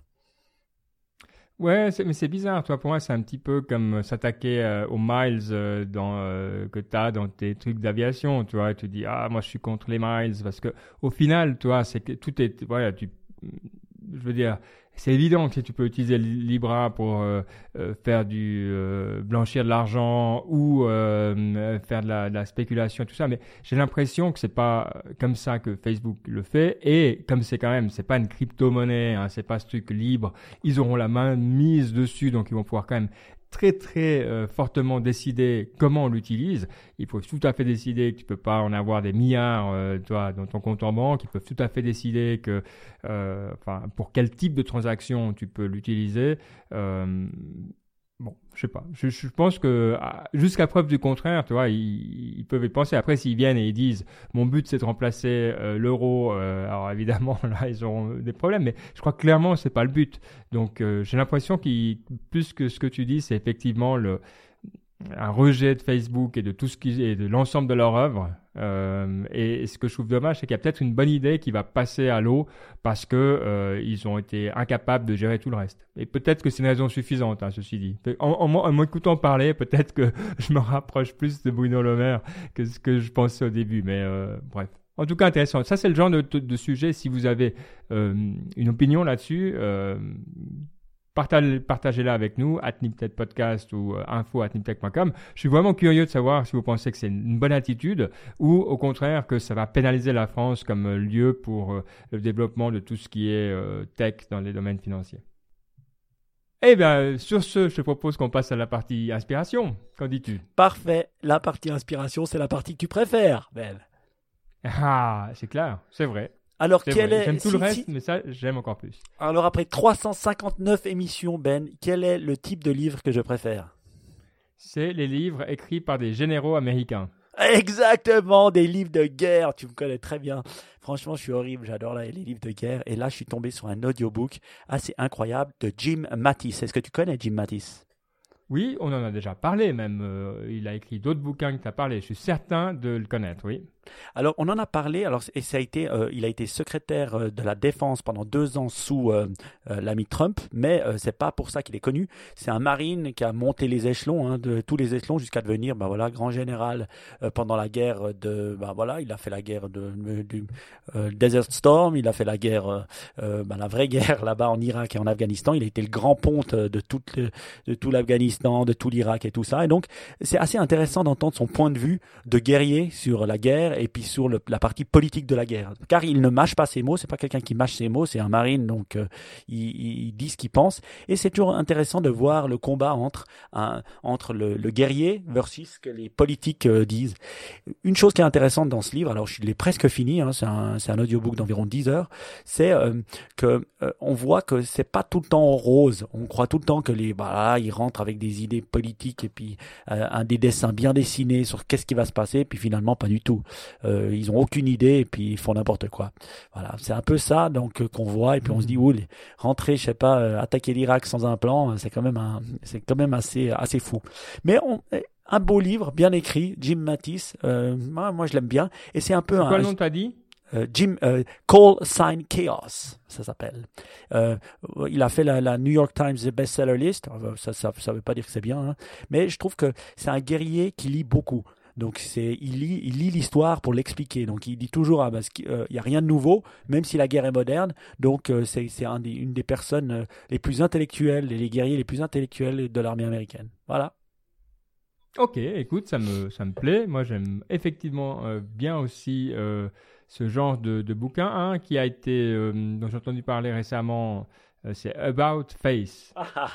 Ouais, mais c'est bizarre, toi. Pour moi, c'est un petit peu comme s'attaquer aux miles que tu as dans tes trucs d'aviation, tu vois. Et tu dis, moi, je suis contre les miles parce que au final, tu vois, c'est que tout est, voilà, je veux dire, c'est évident que si tu peux utiliser Libra pour faire blanchir de l'argent ou faire de la spéculation et tout ça, mais j'ai l'impression que c'est pas comme ça que Facebook le fait. Et comme c'est pas une crypto-monnaie, hein, c'est pas ce truc libre, ils auront la main mise dessus, donc ils vont pouvoir quand même très très fortement décider comment on l'utilise. Il faut tout à fait décider que tu peux pas en avoir des milliards toi dans ton compte en banque. Ils peuvent tout à fait décider que pour quel type de transaction tu peux l'utiliser. Bon, je sais pas. Je pense que jusqu'à preuve du contraire, tu vois, ils peuvent y penser. Après, s'ils viennent et ils disent, mon but c'est de remplacer l'euro, alors évidemment là ils auront des problèmes. Mais je crois que clairement c'est pas le but. Donc j'ai l'impression plus que ce que tu dis, c'est effectivement un rejet de Facebook et de tout ce qui est de l'ensemble de leur œuvre. Et ce que je trouve dommage, c'est qu'il y a peut-être une bonne idée qui va passer à l'eau parce que ils ont été incapables de gérer tout le reste. Et peut-être que c'est une raison suffisante, hein, ceci dit. En m'écoutant parler, peut-être que je me rapproche plus de Bruno Le Maire que ce que je pensais au début. Mais bref. En tout cas, intéressant. Ça, c'est le genre de sujet. Si vous avez une opinion là-dessus, partagez-la avec nous, @niptechpodcast ou info@niptech.com. Je suis vraiment curieux de savoir si vous pensez que c'est une bonne attitude ou au contraire que ça va pénaliser la France comme lieu pour le développement de tout ce qui est tech dans les domaines financiers. Eh bien, sur ce, je te propose qu'on passe à la partie inspiration. Qu'en dis-tu? Parfait. La partie inspiration, c'est la partie que tu préfères, Ben. Ah, c'est clair, c'est vrai. Alors, j'aime tout le reste, mais ça, j'aime encore plus. Alors, après 359 émissions, Ben, quel est le type de livre que je préfère? C'est les livres écrits par des généraux américains. Exactement, des livres de guerre, tu me connais très bien. Franchement, je suis horrible, j'adore les livres de guerre. Et là, je suis tombé sur un audiobook assez incroyable de Jim Mattis. Est-ce que tu connais Jim Mattis? Oui, on en a déjà parlé même. Il a écrit d'autres bouquins que tu as parlé. Je suis certain de le connaître, oui. Alors, on en a parlé. Alors, et ça a été, il a été secrétaire de la défense pendant 2 ans sous l'ami Trump, mais c'est pas pour ça qu'il est connu. C'est un marine qui a monté les échelons, de tous les échelons jusqu'à devenir, grand général pendant la guerre il a fait la guerre du Desert Storm, il a fait la guerre, la vraie guerre là-bas en Irak et en Afghanistan. Il a été le grand ponte de tout l'Afghanistan, de tout l'Irak et tout ça. Et donc, c'est assez intéressant d'entendre son point de vue de guerrier sur la guerre et puis sur la partie politique de la guerre. Car il ne mâche pas ses mots, c'est pas quelqu'un qui mâche ses mots, c'est un marine, donc il dit ce qu'il pense. Et c'est toujours intéressant de voir le combat entre le guerrier versus ce que les politiques disent. Une chose qui est intéressante dans ce livre, alors je l'ai presque fini, hein, c'est un audiobook d'environ 10 heures, c'est que on voit que c'est pas tout le temps rose. On croit tout le temps que ils rentrent avec des idées politiques et puis des dessins bien dessinés sur qu'est-ce qui va se passer, puis finalement pas du tout. Ils ont aucune idée et puis ils font n'importe quoi. Voilà, c'est un peu ça donc qu'on voit et puis on se dit rentrer, je sais pas, attaquer l'Irak sans un plan, c'est quand même assez fou. Mais un beau livre, bien écrit, Jim Mattis. Moi je l'aime bien et c'est un peu quoi le nom t'as dit? Call Sign Chaos, ça s'appelle. Il a fait la New York Times bestseller list. Ça veut pas dire que c'est bien, hein, mais je trouve que c'est un guerrier qui lit beaucoup. Donc il lit l'histoire pour l'expliquer. Donc il dit toujours il y a rien de nouveau, même si la guerre est moderne. Donc c'est une des personnes les plus intellectuelles, les guerriers les plus intellectuels de l'armée américaine. Voilà. Ok, écoute, ça me plaît. Moi, j'aime effectivement bien aussi ce genre de bouquin. Un qui a été, dont j'ai entendu parler récemment, c'est About Face.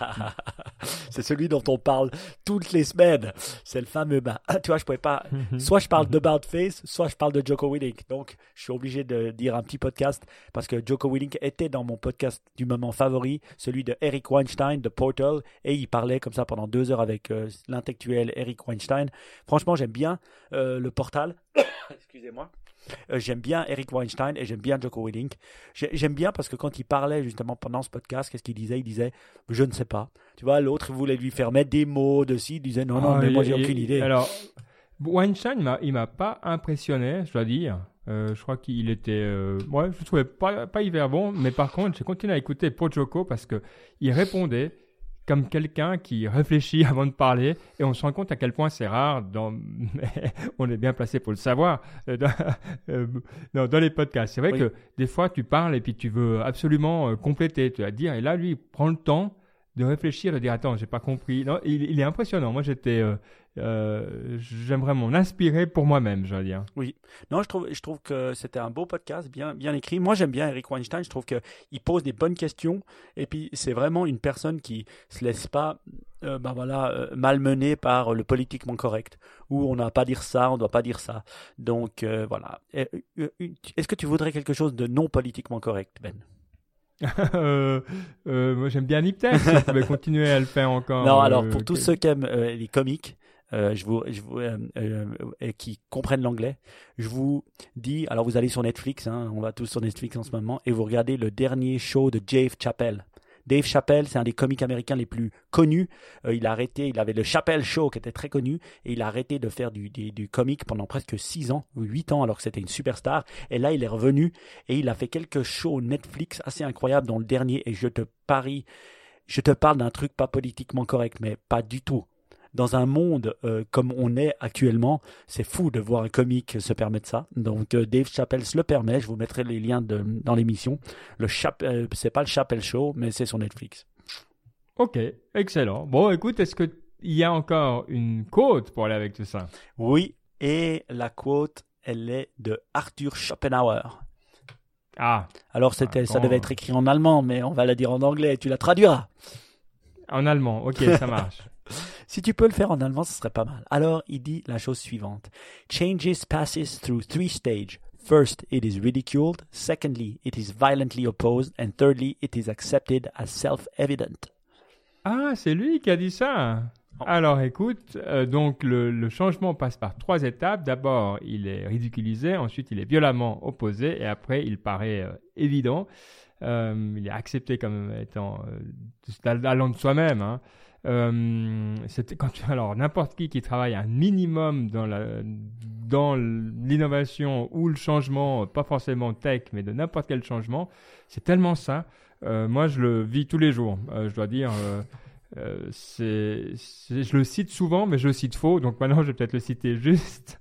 C'est celui dont on parle toutes les semaines. C'est le fameux. Tu vois, je pouvais pas. Soit je parle d'About Face, soit je parle de Jocko Willink. Donc, je suis obligé de dire un petit podcast parce que Jocko Willink était dans mon podcast du moment favori, celui de Eric Weinstein de Portal, et il parlait comme ça pendant 2 heures avec l'intellectuel Eric Weinstein. Franchement, j'aime bien le Portal. Excusez-moi. J'aime bien Eric Weinstein et j'aime bien Jocko Willink. J'aime bien parce que quand il parlait justement pendant ce podcast, qu'est-ce qu'il disait? Il disait, je ne sais pas. Tu vois, l'autre voulait lui faire mettre des mots dessus. Il disait, non, mais moi j'ai aucune idée. Alors, Weinstein, il m'a pas impressionné, je dois dire. Je crois qu'il était... je le trouvais pas hyper bon, mais par contre, j'ai continué à écouter pour Jocko parce qu'il répondait comme quelqu'un qui réfléchit avant de parler, et on se rend compte à quel point c'est rare, on est bien placé pour le savoir, dans les podcasts. C'est vrai que des fois, tu parles et puis tu veux absolument compléter, tu vas dire, et là, lui, il prend le temps de réfléchir, de dire, attends, j'ai pas compris. Non, il est impressionnant. Moi, j'aimerais m'en inspirer pour moi-même, je veux dire. Oui. Non, je trouve que c'était un beau podcast, bien écrit. Moi, j'aime bien Eric Weinstein. Je trouve qu'il pose des bonnes questions. Et puis, c'est vraiment une personne qui se laisse pas, malmener par le politiquement correct. Où on n'a pas dire ça, on doit pas dire ça. Donc, voilà. Est-ce que tu voudrais quelque chose de non politiquement correct, Ben? Moi, j'aime bien Nip Tuck. Si on pouvait continuer à le faire encore. Non, alors, pour tous ceux qui aiment les comiques, qui comprennent l'anglais, je vous dis, alors vous allez sur Netflix, hein, on va tous sur Netflix en ce moment, et vous regardez le dernier show de Dave Chappelle. Dave Chappelle, c'est un des comiques américains les plus connus. Il avait le Chappelle Show qui était très connu, et il a arrêté de faire du comique pendant presque 6 ans ou 8 ans alors que c'était une superstar. Et là, il est revenu et il a fait quelques shows Netflix assez incroyables, dont le dernier, et je te parle d'un truc pas politiquement correct, mais pas du tout. Dans un monde comme on est actuellement, c'est fou de voir un comique se permettre ça. Donc Dave Chappelle se le permet. Je vous mettrai les liens dans l'émission. C'est pas le Chappelle Show, mais c'est sur Netflix. Ok, excellent. Bon, écoute, est-ce qu'il y a encore une quote pour aller avec tout ça? Oui, et la quote, elle est de Arthur Schopenhauer. Ah. Alors ça devait être écrit en allemand, mais on va la dire en anglais. Tu la traduiras. En allemand, ok, ça marche. Si tu peux le faire en allemand, ce serait pas mal. Alors, il dit la chose suivante. Changes passes through 3 stages. First, it is ridiculed. Secondly, it is violently opposed. And thirdly, it is accepted as self-evident. Ah, c'est lui qui a dit ça. Alors, écoute, donc le changement passe par 3 étapes. D'abord, il est ridiculisé. Ensuite, il est violemment opposé. Et après, il paraît évident. Il est accepté comme étant allant de soi-même, hein. Alors n'importe qui travaille un minimum dans l'innovation ou le changement, pas forcément tech, mais de n'importe quel changement, c'est tellement ça. Moi, je le vis tous les jours. Je dois dire, je le cite souvent, mais je le cite faux. Donc maintenant, je vais peut-être le citer juste.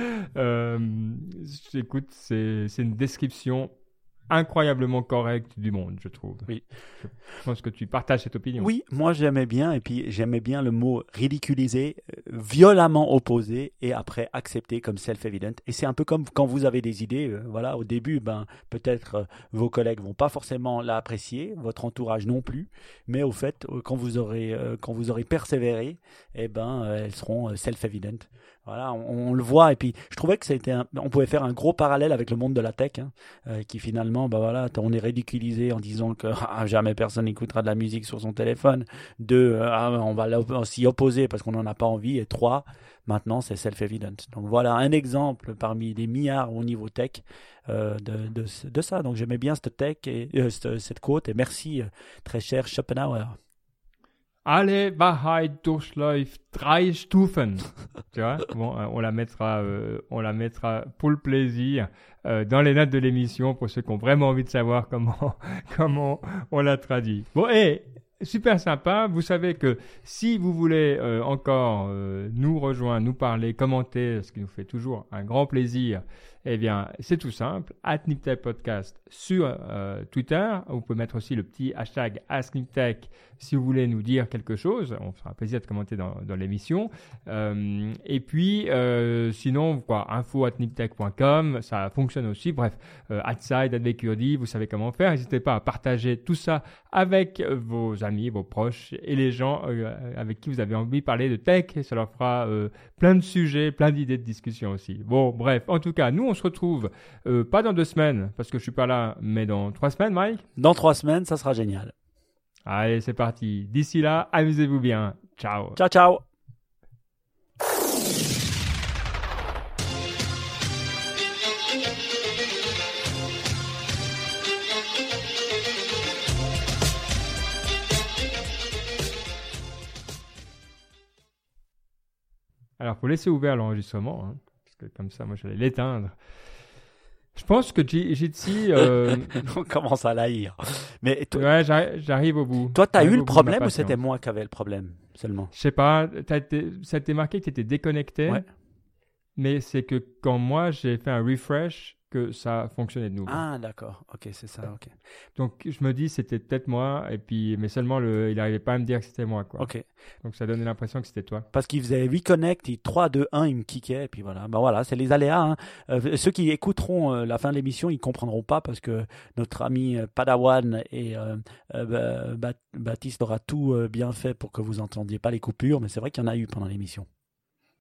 Écoute, c'est une description incroyablement correct du monde, je trouve. Oui. Je pense que tu partages cette opinion. Oui, moi j'aimais bien, et puis j'aimais bien le mot ridiculiser violemment opposer et après accepter comme self-evident. Et c'est un peu comme quand vous avez des idées, voilà, au début, peut-être vos collègues vont pas forcément l'apprécier, votre entourage non plus, mais au fait, quand vous aurez persévéré, elles seront self-evident. Voilà, on le voit. Et puis, je trouvais que on pouvait faire un gros parallèle avec le monde de la tech, qui finalement, voilà, on est ridiculisé en disant que jamais personne n'écoutera de la musique sur son téléphone. Deux, on va s'y opposer parce qu'on n'en a pas envie. Et trois, maintenant, c'est self-evident. Donc voilà un exemple parmi des milliards au niveau tech de ça. Donc j'aimais bien cette tech et cette quote. Et merci, très cher Schopenhauer. Alle Wahrheit durchläuft 3 Stufen. Tu vois? Bon, on la mettra pour le plaisir dans les notes de l'émission pour ceux qui ont vraiment envie de savoir comment on l'a traduit. Bon, super sympa. Vous savez que si vous voulez encore nous rejoindre, nous parler, commenter, ce qui nous fait toujours un grand plaisir, eh bien, c'est tout simple. @NipTechPodcast sur Twitter. Vous pouvez mettre aussi le petit hashtag AskNipTech si vous voulez nous dire quelque chose. On fera un plaisir de commenter dans l'émission. Et puis, sinon, info@niptech.com, ça fonctionne aussi. Bref, @side, @vqd, vous savez comment faire. N'hésitez pas à partager tout ça avec vos amis, vos proches et les gens avec qui vous avez envie de parler de tech. Ça leur fera plein de sujets, plein d'idées de discussion aussi. Bon, bref, en tout cas, nous, on se retrouve pas dans 2 semaines, parce que je suis pas là, mais dans 3 semaines, Mike. Dans 3 semaines, ça sera génial. Allez, c'est parti. D'ici là, amusez-vous bien. Ciao. Ciao, ciao. Alors, faut laisser ouvert l'enregistrement, parce que comme ça, moi, je vais l'éteindre. Je pense que Jitsi... On commence à l'haïr. Mais ouais, j'arrive au bout. Toi, tu as eu le problème ou c'était moi qui avais le problème seulement? Je sais pas. Ça a été marqué que tu étais déconnecté. Ouais. Mais c'est que quand moi, j'ai fait un refresh, que ça fonctionnait de nouveau. Ah, d'accord. Ok, c'est ça. Ok. Donc, je me dis, c'était peut-être moi. Et puis, mais seulement, il n'arrivait pas à me dire que c'était moi, quoi. Ok. Donc, ça donnait l'impression que c'était toi. Parce qu'il faisait reconnect, 3, 2, 1, il me kickait. Et puis voilà. Voilà, c'est les aléas. Ceux qui écouteront la fin de l'émission, ils comprendront pas parce que notre ami Padawan et Baptiste aura tout bien fait pour que vous entendiez pas les coupures. Mais c'est vrai qu'il y en a eu pendant l'émission.